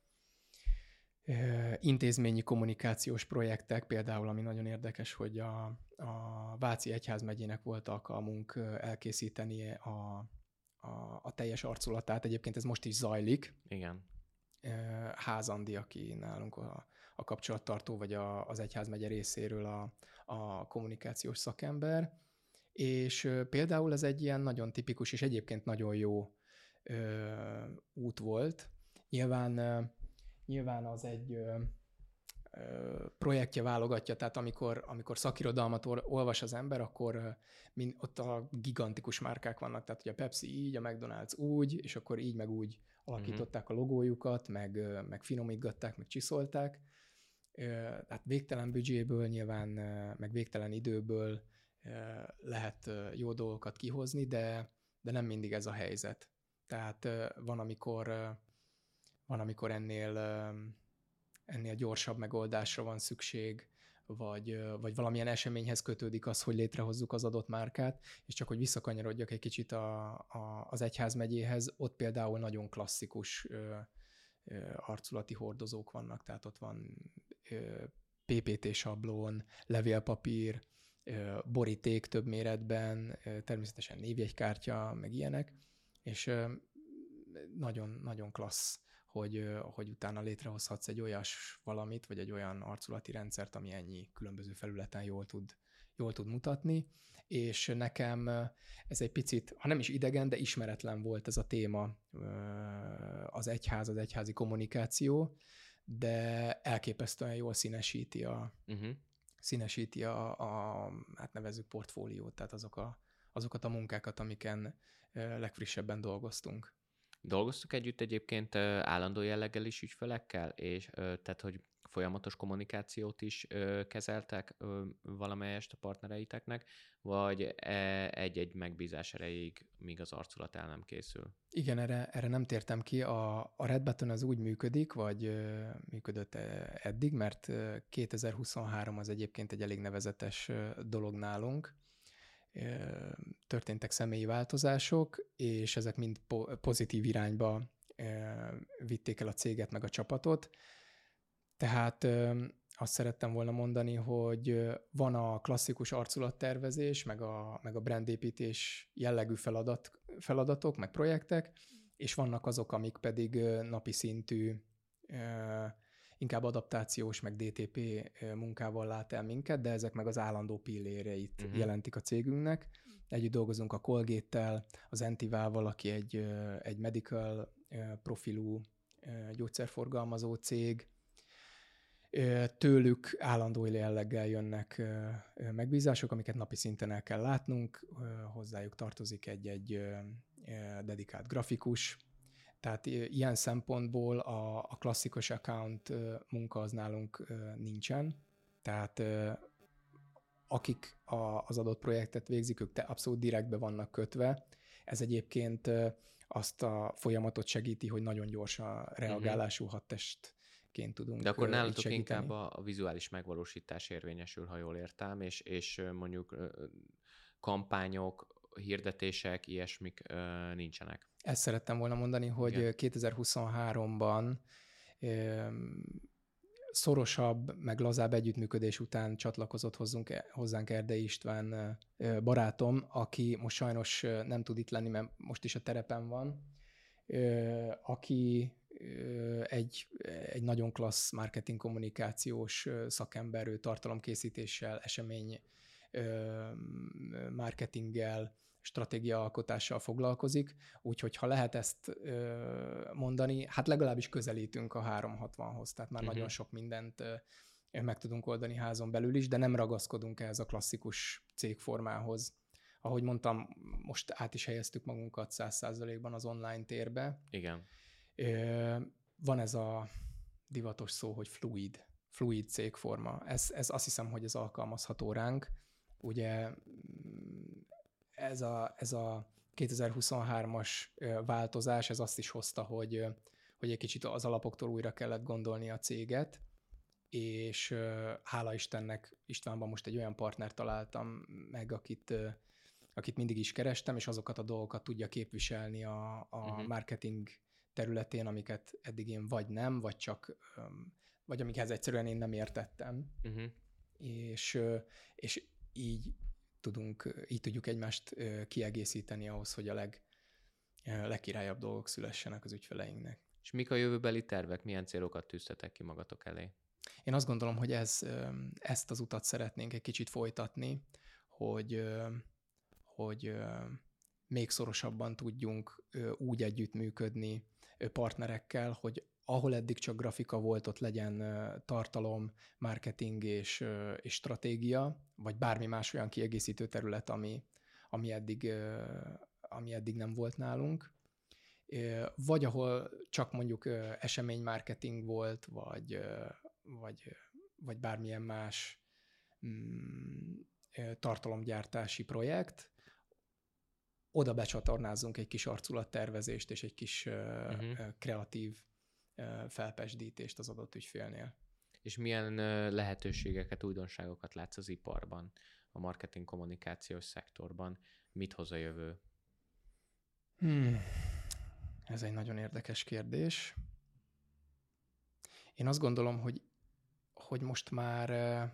intézményi kommunikációs projektek, például, ami nagyon érdekes, hogy a, a Váci Egyházmegyének volt alkalmunk elkészíteni a, a, a teljes arculatát. Egyébként ez most is zajlik. Igen. Házandi, aki nálunk a, a kapcsolattartó, vagy a, az egyházmegye részéről a, a kommunikációs szakember, és ö, például ez egy ilyen nagyon tipikus, és egyébként nagyon jó ö, út volt. Nyilván, ö, nyilván az egy ö, ö, projektje válogatja, tehát amikor, amikor szakirodalmat olvas az ember, akkor ö, mind, ott a gigantikus márkák vannak, tehát hogy a Pepsi így, a McDonald's úgy, és akkor így meg úgy alakították a logójukat, meg, meg finomítgatták, meg csiszolták. Tehát végtelen büdzséből nyilván, meg végtelen időből lehet jó dolgokat kihozni, de, de nem mindig ez a helyzet. Tehát van, amikor, van, amikor ennél, ennél gyorsabb megoldásra van szükség, vagy, vagy valamilyen eseményhez kötődik az, hogy létrehozzuk az adott márkát, és csak hogy visszakanyarodjak egy kicsit a, a, az egyházmegyéhez, ott például nagyon klasszikus ö, ö, arculati hordozók vannak, tehát ott van ö, pé pé té sablon, levélpapír, ö, boríték több méretben, ö, természetesen névjegykártya, meg ilyenek, és nagyon-nagyon klassz, hogy, hogy utána létrehozhatsz egy olyas valamit, vagy egy olyan arculati rendszert, ami ennyi különböző felületen jól tud, jól tud mutatni, és nekem ez egy picit, ha nem is idegen, de ismeretlen volt ez a téma, az egyház, az egyházi kommunikáció, de elképesztően jól színesíti a, uh-huh. színesíti a, a, hát nevezzük portfóliót, tehát azok a, azokat a munkákat, amiken legfrissebben dolgoztunk. Dolgoztuk együtt egyébként állandó jelleggel is ügyfelekkel, és tehát, hogy folyamatos kommunikációt is kezeltek valamelyest a partnereiteknek, vagy egy-egy megbízás erejéig, míg az arculat el nem készül? Igen, erre, erre nem tértem ki. A, a Red Button az úgy működik, vagy működött eddig, mert kétezer-huszonhárom az egyébként egy elég nevezetes dolog nálunk. Történtek személyi változások, és ezek mind po- pozitív irányba vitték el a céget meg a csapatot. Tehát azt szerettem volna mondani, hogy van a klasszikus arculattervezés, meg a, meg a brandépítés jellegű feladat, feladatok, meg projektek, és vannak azok, amik pedig napi szintű, inkább adaptációs, meg dé té pé munkával lát el minket, de ezek meg az állandó pilléreit uh-huh. jelentik a cégünknek. Együtt dolgozunk a Colgate-tel, az Entivával, aki egy, egy medical profilú gyógyszerforgalmazó cég. Tőlük állandó jelleggel jönnek megbízások, amiket napi szinten el kell látnunk, hozzájuk tartozik egy-egy dedikált grafikus. Tehát ilyen szempontból a, a klasszikus account munka az nálunk nincsen. Tehát akik a, az adott projektet végzik, ők abszolút direktbe vannak kötve. Ez egyébként azt a folyamatot segíti, hogy nagyon gyorsan reagálású hadtestként tudunk. De akkor nálatok inkább a, a vizuális megvalósítás érvényesül, ha jól értem, és, és mondjuk kampányok, hirdetések, ilyesmik ö, nincsenek. Ezt szerettem volna mondani, hogy igen. kétezer-huszonháromban ö, szorosabb, meg lazább együttműködés után csatlakozott hozzunk, hozzánk Erdei István ö, barátom, aki most sajnos nem tud itt lenni, mert most is a terepen van, ö, aki ö, egy, egy nagyon klassz marketing kommunikációs szakember, ő tartalomkészítéssel, esemény ö, marketinggel, stratégiaalkotással foglalkozik, úgyhogy ha lehet ezt ö, mondani, hát legalábbis közelítünk a háromszázhatvanhoz, tehát már uh-huh. nagyon sok mindent ö, meg tudunk oldani házon belül is, de nem ragaszkodunk ehhez a klasszikus cégformához. Ahogy mondtam, most át is helyeztük magunkat száz százalékban az online térbe. Igen. Ö, van ez a divatos szó, hogy fluid, fluid cégforma. Ez, ez azt hiszem, hogy ez alkalmazható ránk. Ugye Ez a, ez a kétezer-huszonhármas változás, ez azt is hozta, hogy, hogy egy kicsit az alapoktól újra kellett gondolni a céget, és hála Istennek Istvánban most egy olyan partnert találtam meg, akit, akit mindig is kerestem, és azokat a dolgokat tudja képviselni a, a uh-huh. marketing területén, amiket eddig én vagy nem, vagy csak, vagy amikhez egyszerűen én nem értettem. Uh-huh. És, és így tudunk, így tudjuk egymást kiegészíteni ahhoz, hogy a leg, legkirályabb dolgok szülessenek az ügyfeleinknek. És mik a jövőbeli tervek? Milyen célokat tűztetek ki magatok elé? Én azt gondolom, hogy ez, ezt az utat szeretnénk egy kicsit folytatni, hogy, hogy még szorosabban tudjunk úgy együttműködni partnerekkel, hogy ahol eddig csak grafika volt, ott legyen tartalom, marketing és, és stratégia, vagy bármi más olyan kiegészítő terület, ami, ami, eddig, ami eddig nem volt nálunk. Vagy ahol csak mondjuk eseménymarketing volt, vagy, vagy, vagy bármilyen más mm, tartalomgyártási projekt, oda becsatornázzunk egy kis arculattervezést és egy kis uh-huh. kreatív felpesdítést az adott ügyfélnél. És milyen lehetőségeket, újdonságokat látsz az iparban, a marketing kommunikációs szektorban? Mit hoz a jövő? Hmm. Ez egy nagyon érdekes kérdés. Én azt gondolom, hogy, hogy most már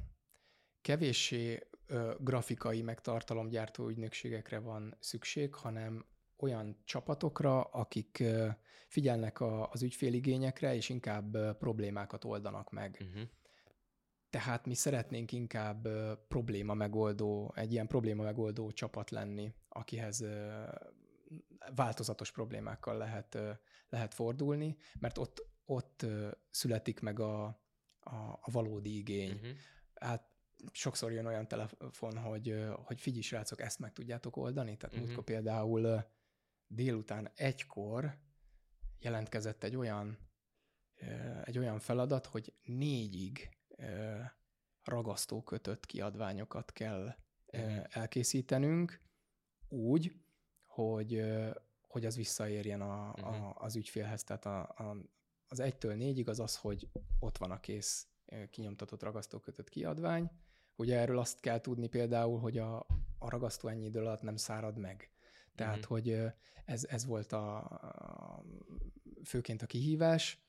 kevéssé grafikai meg tartalomgyártó ügynökségekre van szükség, hanem olyan csapatokra, akik figyelnek a, az ügyféligényekre, és inkább problémákat oldanak meg. Uh-huh. Tehát mi szeretnénk inkább probléma megoldó, egy ilyen probléma megoldó csapat lenni, akihez változatos problémákkal lehet, lehet fordulni, mert ott, ott születik meg a, a, a valódi igény. Uh-huh. Hát sokszor jön olyan telefon, hogy, hogy figyelj srácok, ezt meg tudjátok oldani? Tehát uh-huh. múltkor például délután egykor jelentkezett egy olyan, egy olyan feladat, hogy négyig ragasztókötött kiadványokat kell uh-huh. elkészítenünk úgy, hogy, hogy az visszaérjen a, uh-huh. a, az ügyfélhez. Tehát a, a, az egytől négyig az az, hogy ott van a kész kinyomtatott ragasztókötött kiadvány. Ugye erről azt kell tudni például, hogy a, a ragasztó ennyi idő alatt nem szárad meg. Tehát, uh-huh. hogy ez, ez volt a, a, főként a kihívás.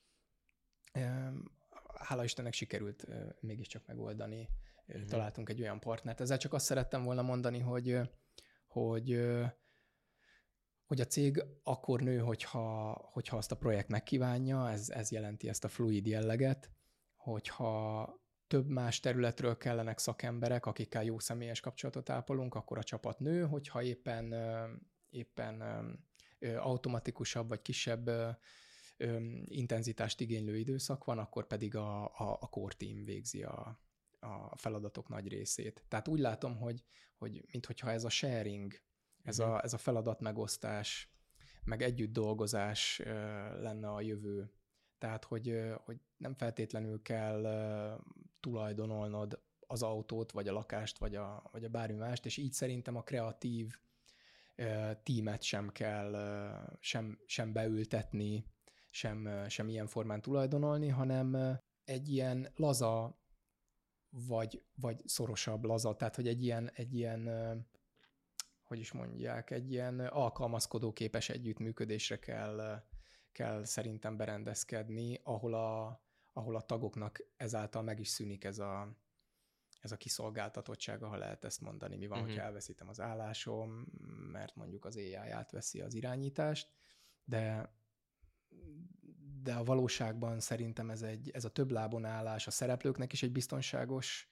Hála Istennek sikerült mégiscsak megoldani. Uh-huh. Találtunk egy olyan partnert. Ezzel csak azt szerettem volna mondani, hogy, hogy, hogy a cég akkor nő, hogyha, hogyha azt a projekt megkívánja, ez, ez jelenti ezt a fluid jelleget, hogyha több más területről kellenek szakemberek, akikkel jó személyes kapcsolatot ápolunk, akkor a csapat nő, hogyha éppen, éppen automatikusabb vagy kisebb intenzitást igénylő időszak van, akkor pedig a, a, a core team végzi a, a feladatok nagy részét. Tehát úgy látom, hogy, hogy minthogyha ez a sharing, ez, uh-huh. a, ez a feladat megosztás, meg együtt dolgozás lenne a jövő. Tehát, hogy, hogy nem feltétlenül kell tulajdonolnod az autót, vagy a lakást, vagy a, vagy a bármi mást, és így szerintem a kreatív tímet sem kell sem, sem beültetni, sem, sem ilyen formán tulajdonolni, hanem egy ilyen laza, vagy, vagy szorosabb laza, tehát, hogy egy ilyen, egy ilyen, hogy is mondják, egy ilyen alkalmazkodóképes együttműködésre kell, kell szerintem berendezkedni, ahol a, ahol a tagoknak ezáltal meg is szűnik ez a, ez a kiszolgáltatottsága, ha lehet ezt mondani. Mi van, uh-huh. hogyha elveszítem az állásom, mert mondjuk az á i átveszi az irányítást, de, de a valóságban szerintem ez, egy, ez a több lábon állás a szereplőknek is egy biztonságos,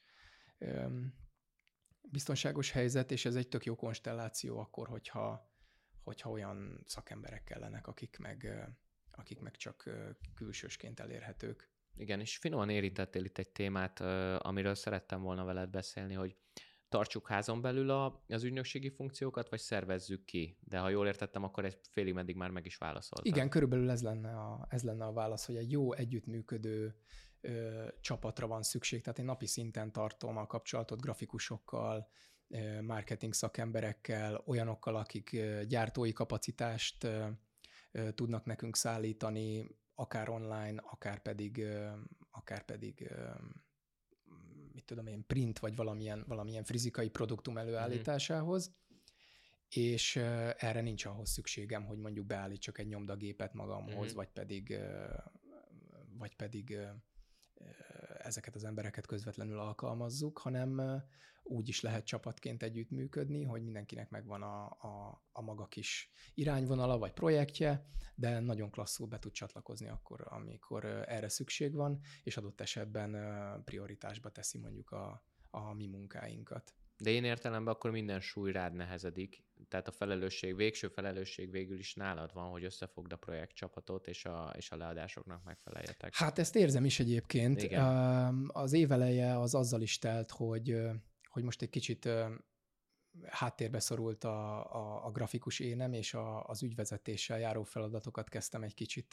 biztonságos helyzet, és ez egy tök jó konstelláció akkor, hogyha, hogyha olyan szakemberek kellenek, akik meg, akik meg csak külsősként elérhetők. Igen, és finoman érintettél itt egy témát, amiről szerettem volna veled beszélni, hogy tartsuk házon belül a, az ügynökségi funkciókat, vagy szervezzük ki? De ha jól értettem, akkor egy félig meddig már meg is válaszoltad. Igen, körülbelül ez lenne a, ez lenne a válasz, hogy egy jó együttműködő ö, csapatra van szükség. Tehát én napi szinten tartom a kapcsolatot grafikusokkal, ö, marketing szakemberekkel, olyanokkal, akik ö, gyártói kapacitást ö, ö, tudnak nekünk szállítani, akár online, akár pedig, akár pedig mit tudom én, print, vagy valamilyen, valamilyen fizikai produktum előállításához, mm-hmm. és erre nincs ahhoz szükségem, hogy mondjuk beállítsak egy nyomdagépet magamhoz, mm-hmm. vagy pedig, vagy pedig ezeket az embereket közvetlenül alkalmazzuk, hanem úgy is lehet csapatként együttműködni, hogy mindenkinek megvan a, a, a maga kis irányvonala vagy projektje, de nagyon klasszul be tud csatlakozni akkor, amikor erre szükség van, és adott esetben prioritásba teszi mondjuk a, a mi munkáinkat. De én értelemben akkor minden súly rád nehezedik, tehát a felelősség, végső felelősség végül is nálad van, hogy összefogd a projektcsapatot, és a, és a leadásoknak megfeleljetek. Hát ezt érzem is egyébként. Igen. Az éveleje az azzal is telt, hogy, hogy most egy kicsit háttérbe szorult a, a, a grafikus énem, és a, az ügyvezetéssel járó feladatokat kezdtem egy kicsit,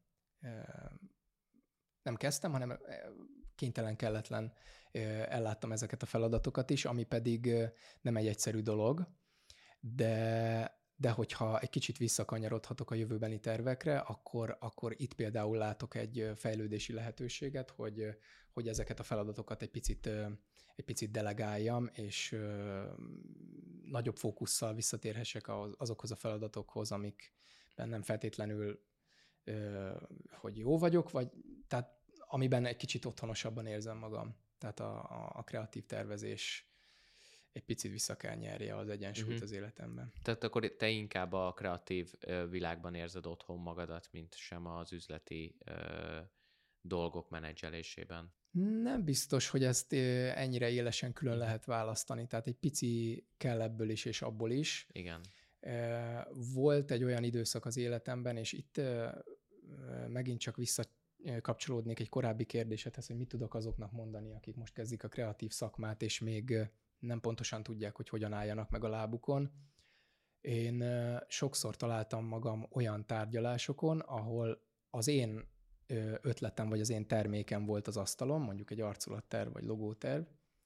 nem kezdtem, hanem kénytelen, kelletlen elláttam ezeket a feladatokat is, ami pedig nem egy egyszerű dolog, de, de hogyha egy kicsit visszakanyarodhatok a jövőbeni tervekre, akkor, akkor itt például látok egy fejlődési lehetőséget, hogy, hogy ezeket a feladatokat egy picit, egy picit delegáljam, és nagyobb fókusszal visszatérhessek azokhoz a feladatokhoz, amikben nem feltétlenül, hogy jó vagyok, vagy tehát amiben egy kicsit otthonosabban érzem magam. Tehát a, a, a kreatív tervezés egy picit vissza kell nyerje az egyensúlyt Uh-huh. az életemben. Tehát akkor te inkább a kreatív ö, világban érzed otthon magadat, mint sem az üzleti ö, dolgok menedzselésében. Nem biztos, hogy ezt ö, ennyire élesen külön Uh-huh. lehet választani, tehát egy pici kell ebből is és abból is. Igen. Ö, Volt egy olyan időszak az életemben, és itt ö, ö, megint csak visszakapcsolódnék egy korábbi kérdésedhez, hogy mit tudok azoknak mondani, akik most kezdik a kreatív szakmát, és még ö, nem pontosan tudják, hogy hogyan álljanak meg a lábukon. Én ö, sokszor találtam magam olyan tárgyalásokon, ahol az én ö, ötletem vagy az én termékem volt az asztalon, mondjuk egy arculatterv vagy logóterv,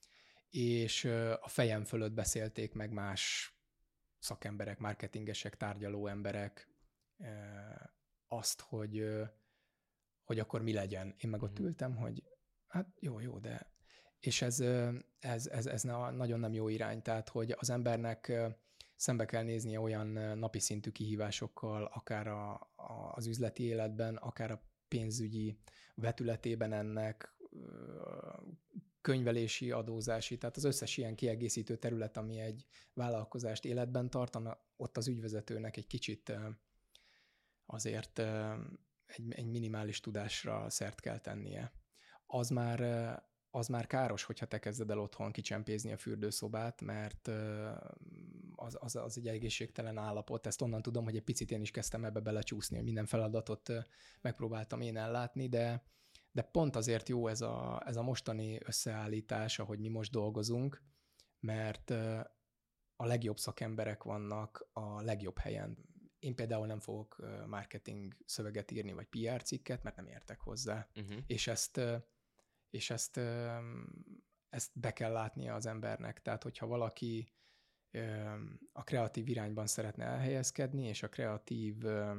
és ö, a fejem fölött beszélték meg más szakemberek, marketingesek, tárgyaló emberek ö, azt, hogy, ö, hogy akkor mi legyen. Én meg ott Mhm. ültem, hogy hát jó, jó, de... És ez, ö, ez, ez, ez na- nagyon nem jó irány, tehát hogy az embernek ö, szembe kell néznie olyan ö, napi szintű kihívásokkal, akár a, a, az üzleti életben, akár a pénzügyi vetületében ennek, ö, könyvelési, adózási, tehát az összes ilyen kiegészítő terület, ami egy vállalkozást életben tartana, ott az ügyvezetőnek egy kicsit ö, azért ö, egy, egy minimális tudásra szert kell tennie. Az már, ö, az már káros, hogyha te kezded el otthon kicsempézni a fürdőszobát, mert ö, az, az, az egy egészségtelen állapot. Ezt onnan tudom, hogy egy picit én is kezdtem ebbe belecsúszni, hogy minden feladatot ö, megpróbáltam én ellátni, de, de pont azért jó ez a, ez a mostani összeállítás, ahogy mi most dolgozunk, mert ö, a legjobb szakemberek vannak a legjobb helyen. Én például nem fogok ö, marketing szöveget írni, vagy pé er cikket, mert nem értek hozzá. Uh-huh. És ezt, ö, és ezt, ö, ezt be kell látnia az embernek. Tehát, hogyha valaki ö, a kreatív irányban szeretne elhelyezkedni, és a kreatív ö,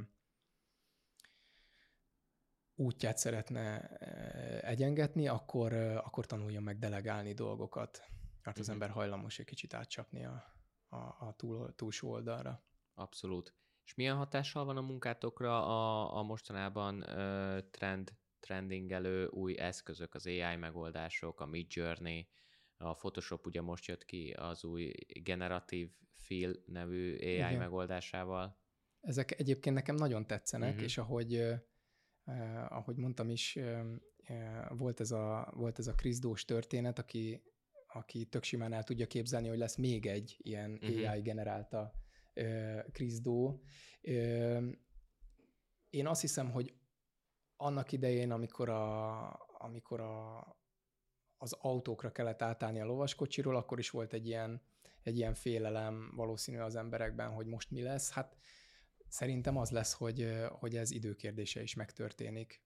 útját szeretne ö, egyengetni, akkor, ö, akkor tanuljon meg delegálni dolgokat. Mert az Mhm. ember hajlamos egy kicsit átcsapni a, a, a túl, túlsó oldalra. Abszolút. És milyen hatással van a munkátokra a, a mostanában ö, trend, trendingelő új eszközök, az á i megoldások, a Midjourney, a Photoshop ugye most jött ki az új Generative Fill nevű á i Igen. megoldásával. Ezek egyébként nekem nagyon tetszenek, Mhm. és ahogy, eh, eh, ahogy mondtam is, eh, eh, volt ez a, volt ez a Chris Dós történet, aki, aki tök simán el tudja képzelni, hogy lesz még egy ilyen Mhm. á i generálta eh, Chris Do. Eh, én azt hiszem, hogy annak idején, amikor, a, amikor a, az autókra kellett átállni a lovaskocsiról, akkor is volt egy ilyen, egy ilyen félelem valószínű az emberekben, hogy most mi lesz. Hát szerintem az lesz, hogy, hogy ez időkérdése is megtörténik.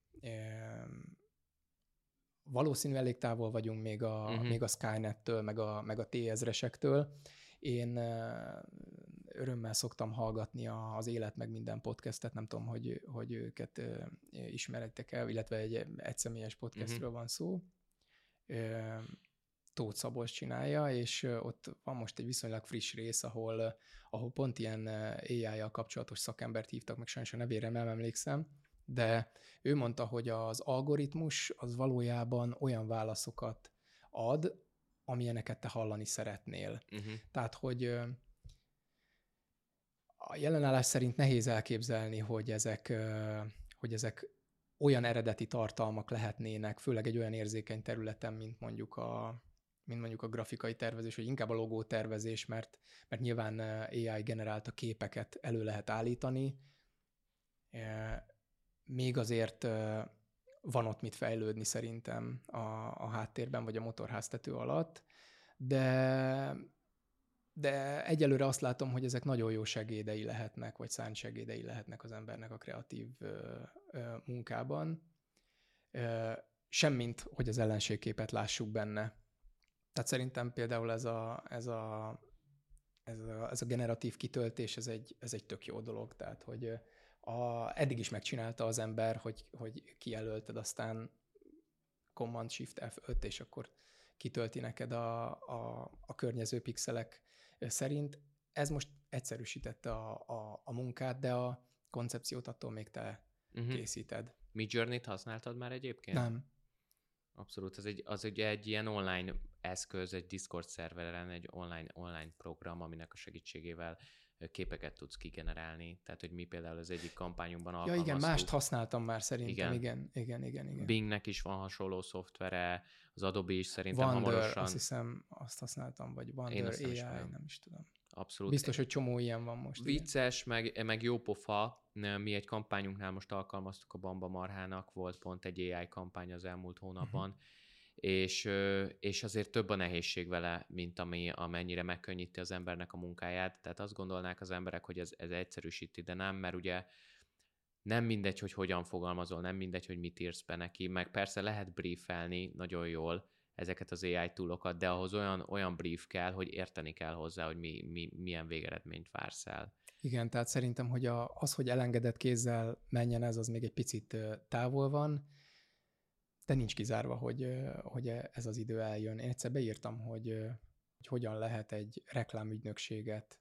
Valószínű elég távol vagyunk még a, Mhm. még a Skynet-től, meg a, meg a té ezresektől. Én örömmel szoktam hallgatni az Élet meg minden podcastet, nem tudom, hogy, hogy őket ismeritek el, illetve egy egyszemélyes podcastről van szó. Tóth Szabolcs csinálja, és ott van most egy viszonylag friss rész, ahol, ahol pont ilyen á i-jal kapcsolatos szakembert hívtak, meg sajnos a nevére nem emlékszem, de ő mondta, hogy az algoritmus az valójában olyan válaszokat ad, amilyeneket te hallani szeretnél. Uh-huh. Tehát, hogy a jelenállás szerint nehéz elképzelni, hogy ezek, hogy ezek olyan eredeti tartalmak lehetnének, főleg egy olyan érzékeny területen, mint mondjuk a, mint mondjuk a grafikai tervezés, vagy inkább a logótervezés, mert, mert nyilván á i generálta képeket elő lehet állítani. Még azért van ott mit fejlődni szerintem a, a háttérben, vagy a motorháztető alatt, de, de egyelőre azt látom, hogy ezek nagyon jó segédei lehetnek, vagy szárnysegédei lehetnek az embernek a kreatív ö, ö, munkában. Ö, semmint, hogy az ellenségképet lássuk benne. Tehát szerintem például ez a, ez a, ez a, ez a generatív kitöltés, ez egy, ez egy tök jó dolog. Tehát, hogy a, eddig is megcsinálta az ember, hogy, hogy kijelölted, aztán Command Shift ef öt, és akkor kitölti neked a, a, a környező pixelek szerint. Ez most egyszerűsítette a, a, a munkát, de a koncepciót attól még te uh-huh. készíted. Midjourney-t használtad már egyébként? Nem. Abszolút, az egy, az ugye egy ilyen online eszköz, egy Discord szerveren, egy online, online program, aminek a segítségével képeket tudsz kigenerálni. Tehát, hogy mi például az egyik kampányunkban Ja alkalmaztuk. igen, mást használtam már szerintem, igen, Igen. igen, igen, igen. Bingnek is van hasonló szoftvere, az Adobe is szerintem Wonder, hamarosan. azt hiszem, azt használtam, vagy Én Wonder azt nem á i, ismerem. nem is tudom. Abszolút. Biztos, hogy csomó ilyen van most. Vicces, meg, meg jó pofa. Mi egy kampányunknál most alkalmaztuk a Bamba Marhának, volt pont egy á i kampány az elmúlt hónapban, uh-huh. és, és azért több a nehézség vele, mint ami, amennyire megkönnyíti az embernek a munkáját. Tehát azt gondolnák az emberek, hogy ez, ez egyszerűsíti, de nem, mert ugye nem mindegy, hogy hogyan fogalmazol, nem mindegy, hogy mit írsz be neki, meg persze lehet briefelni nagyon jól ezeket az á i toolokat, de ahhoz olyan, olyan brief kell, hogy érteni kell hozzá, hogy mi, mi, milyen végeredményt vársz el. Igen, tehát szerintem, hogy a, az, hogy elengedett kézzel menjen ez, az még egy picit távol van, de nincs kizárva, hogy, hogy ez az idő eljön. Én egyszer beírtam, hogy, hogy hogyan lehet egy reklámügynökséget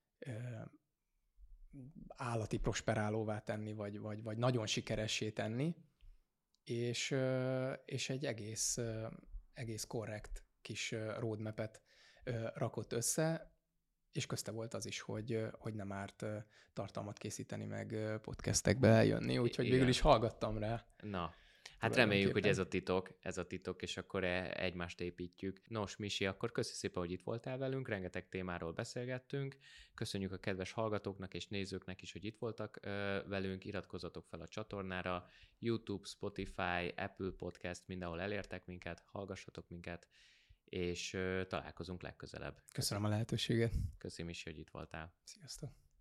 állati prosperálóvá tenni, vagy, vagy, vagy nagyon sikeressé tenni, és, és egy egész, egész korrekt kis roadmap-et rakott össze, és közte volt az is, hogy, hogy nem árt tartalmat készíteni, meg podcastekbe eljönni, úgyhogy végül is hallgattam rá. Na, hát reméljük, hogy ez a titok, ez a titok, és akkor egymást építjük. Nos, Misi, akkor köszi szépen, hogy itt voltál velünk, rengeteg témáról beszélgettünk. Köszönjük a kedves hallgatóknak és nézőknek is, hogy itt voltak velünk. Iratkozzatok fel a csatornára, YouTube, Spotify, Apple Podcast, mindenhol elértek minket, hallgassatok minket, és találkozunk legközelebb. Köszönöm a lehetőséget. Köszönöm is, hogy itt voltál. Sziasztok.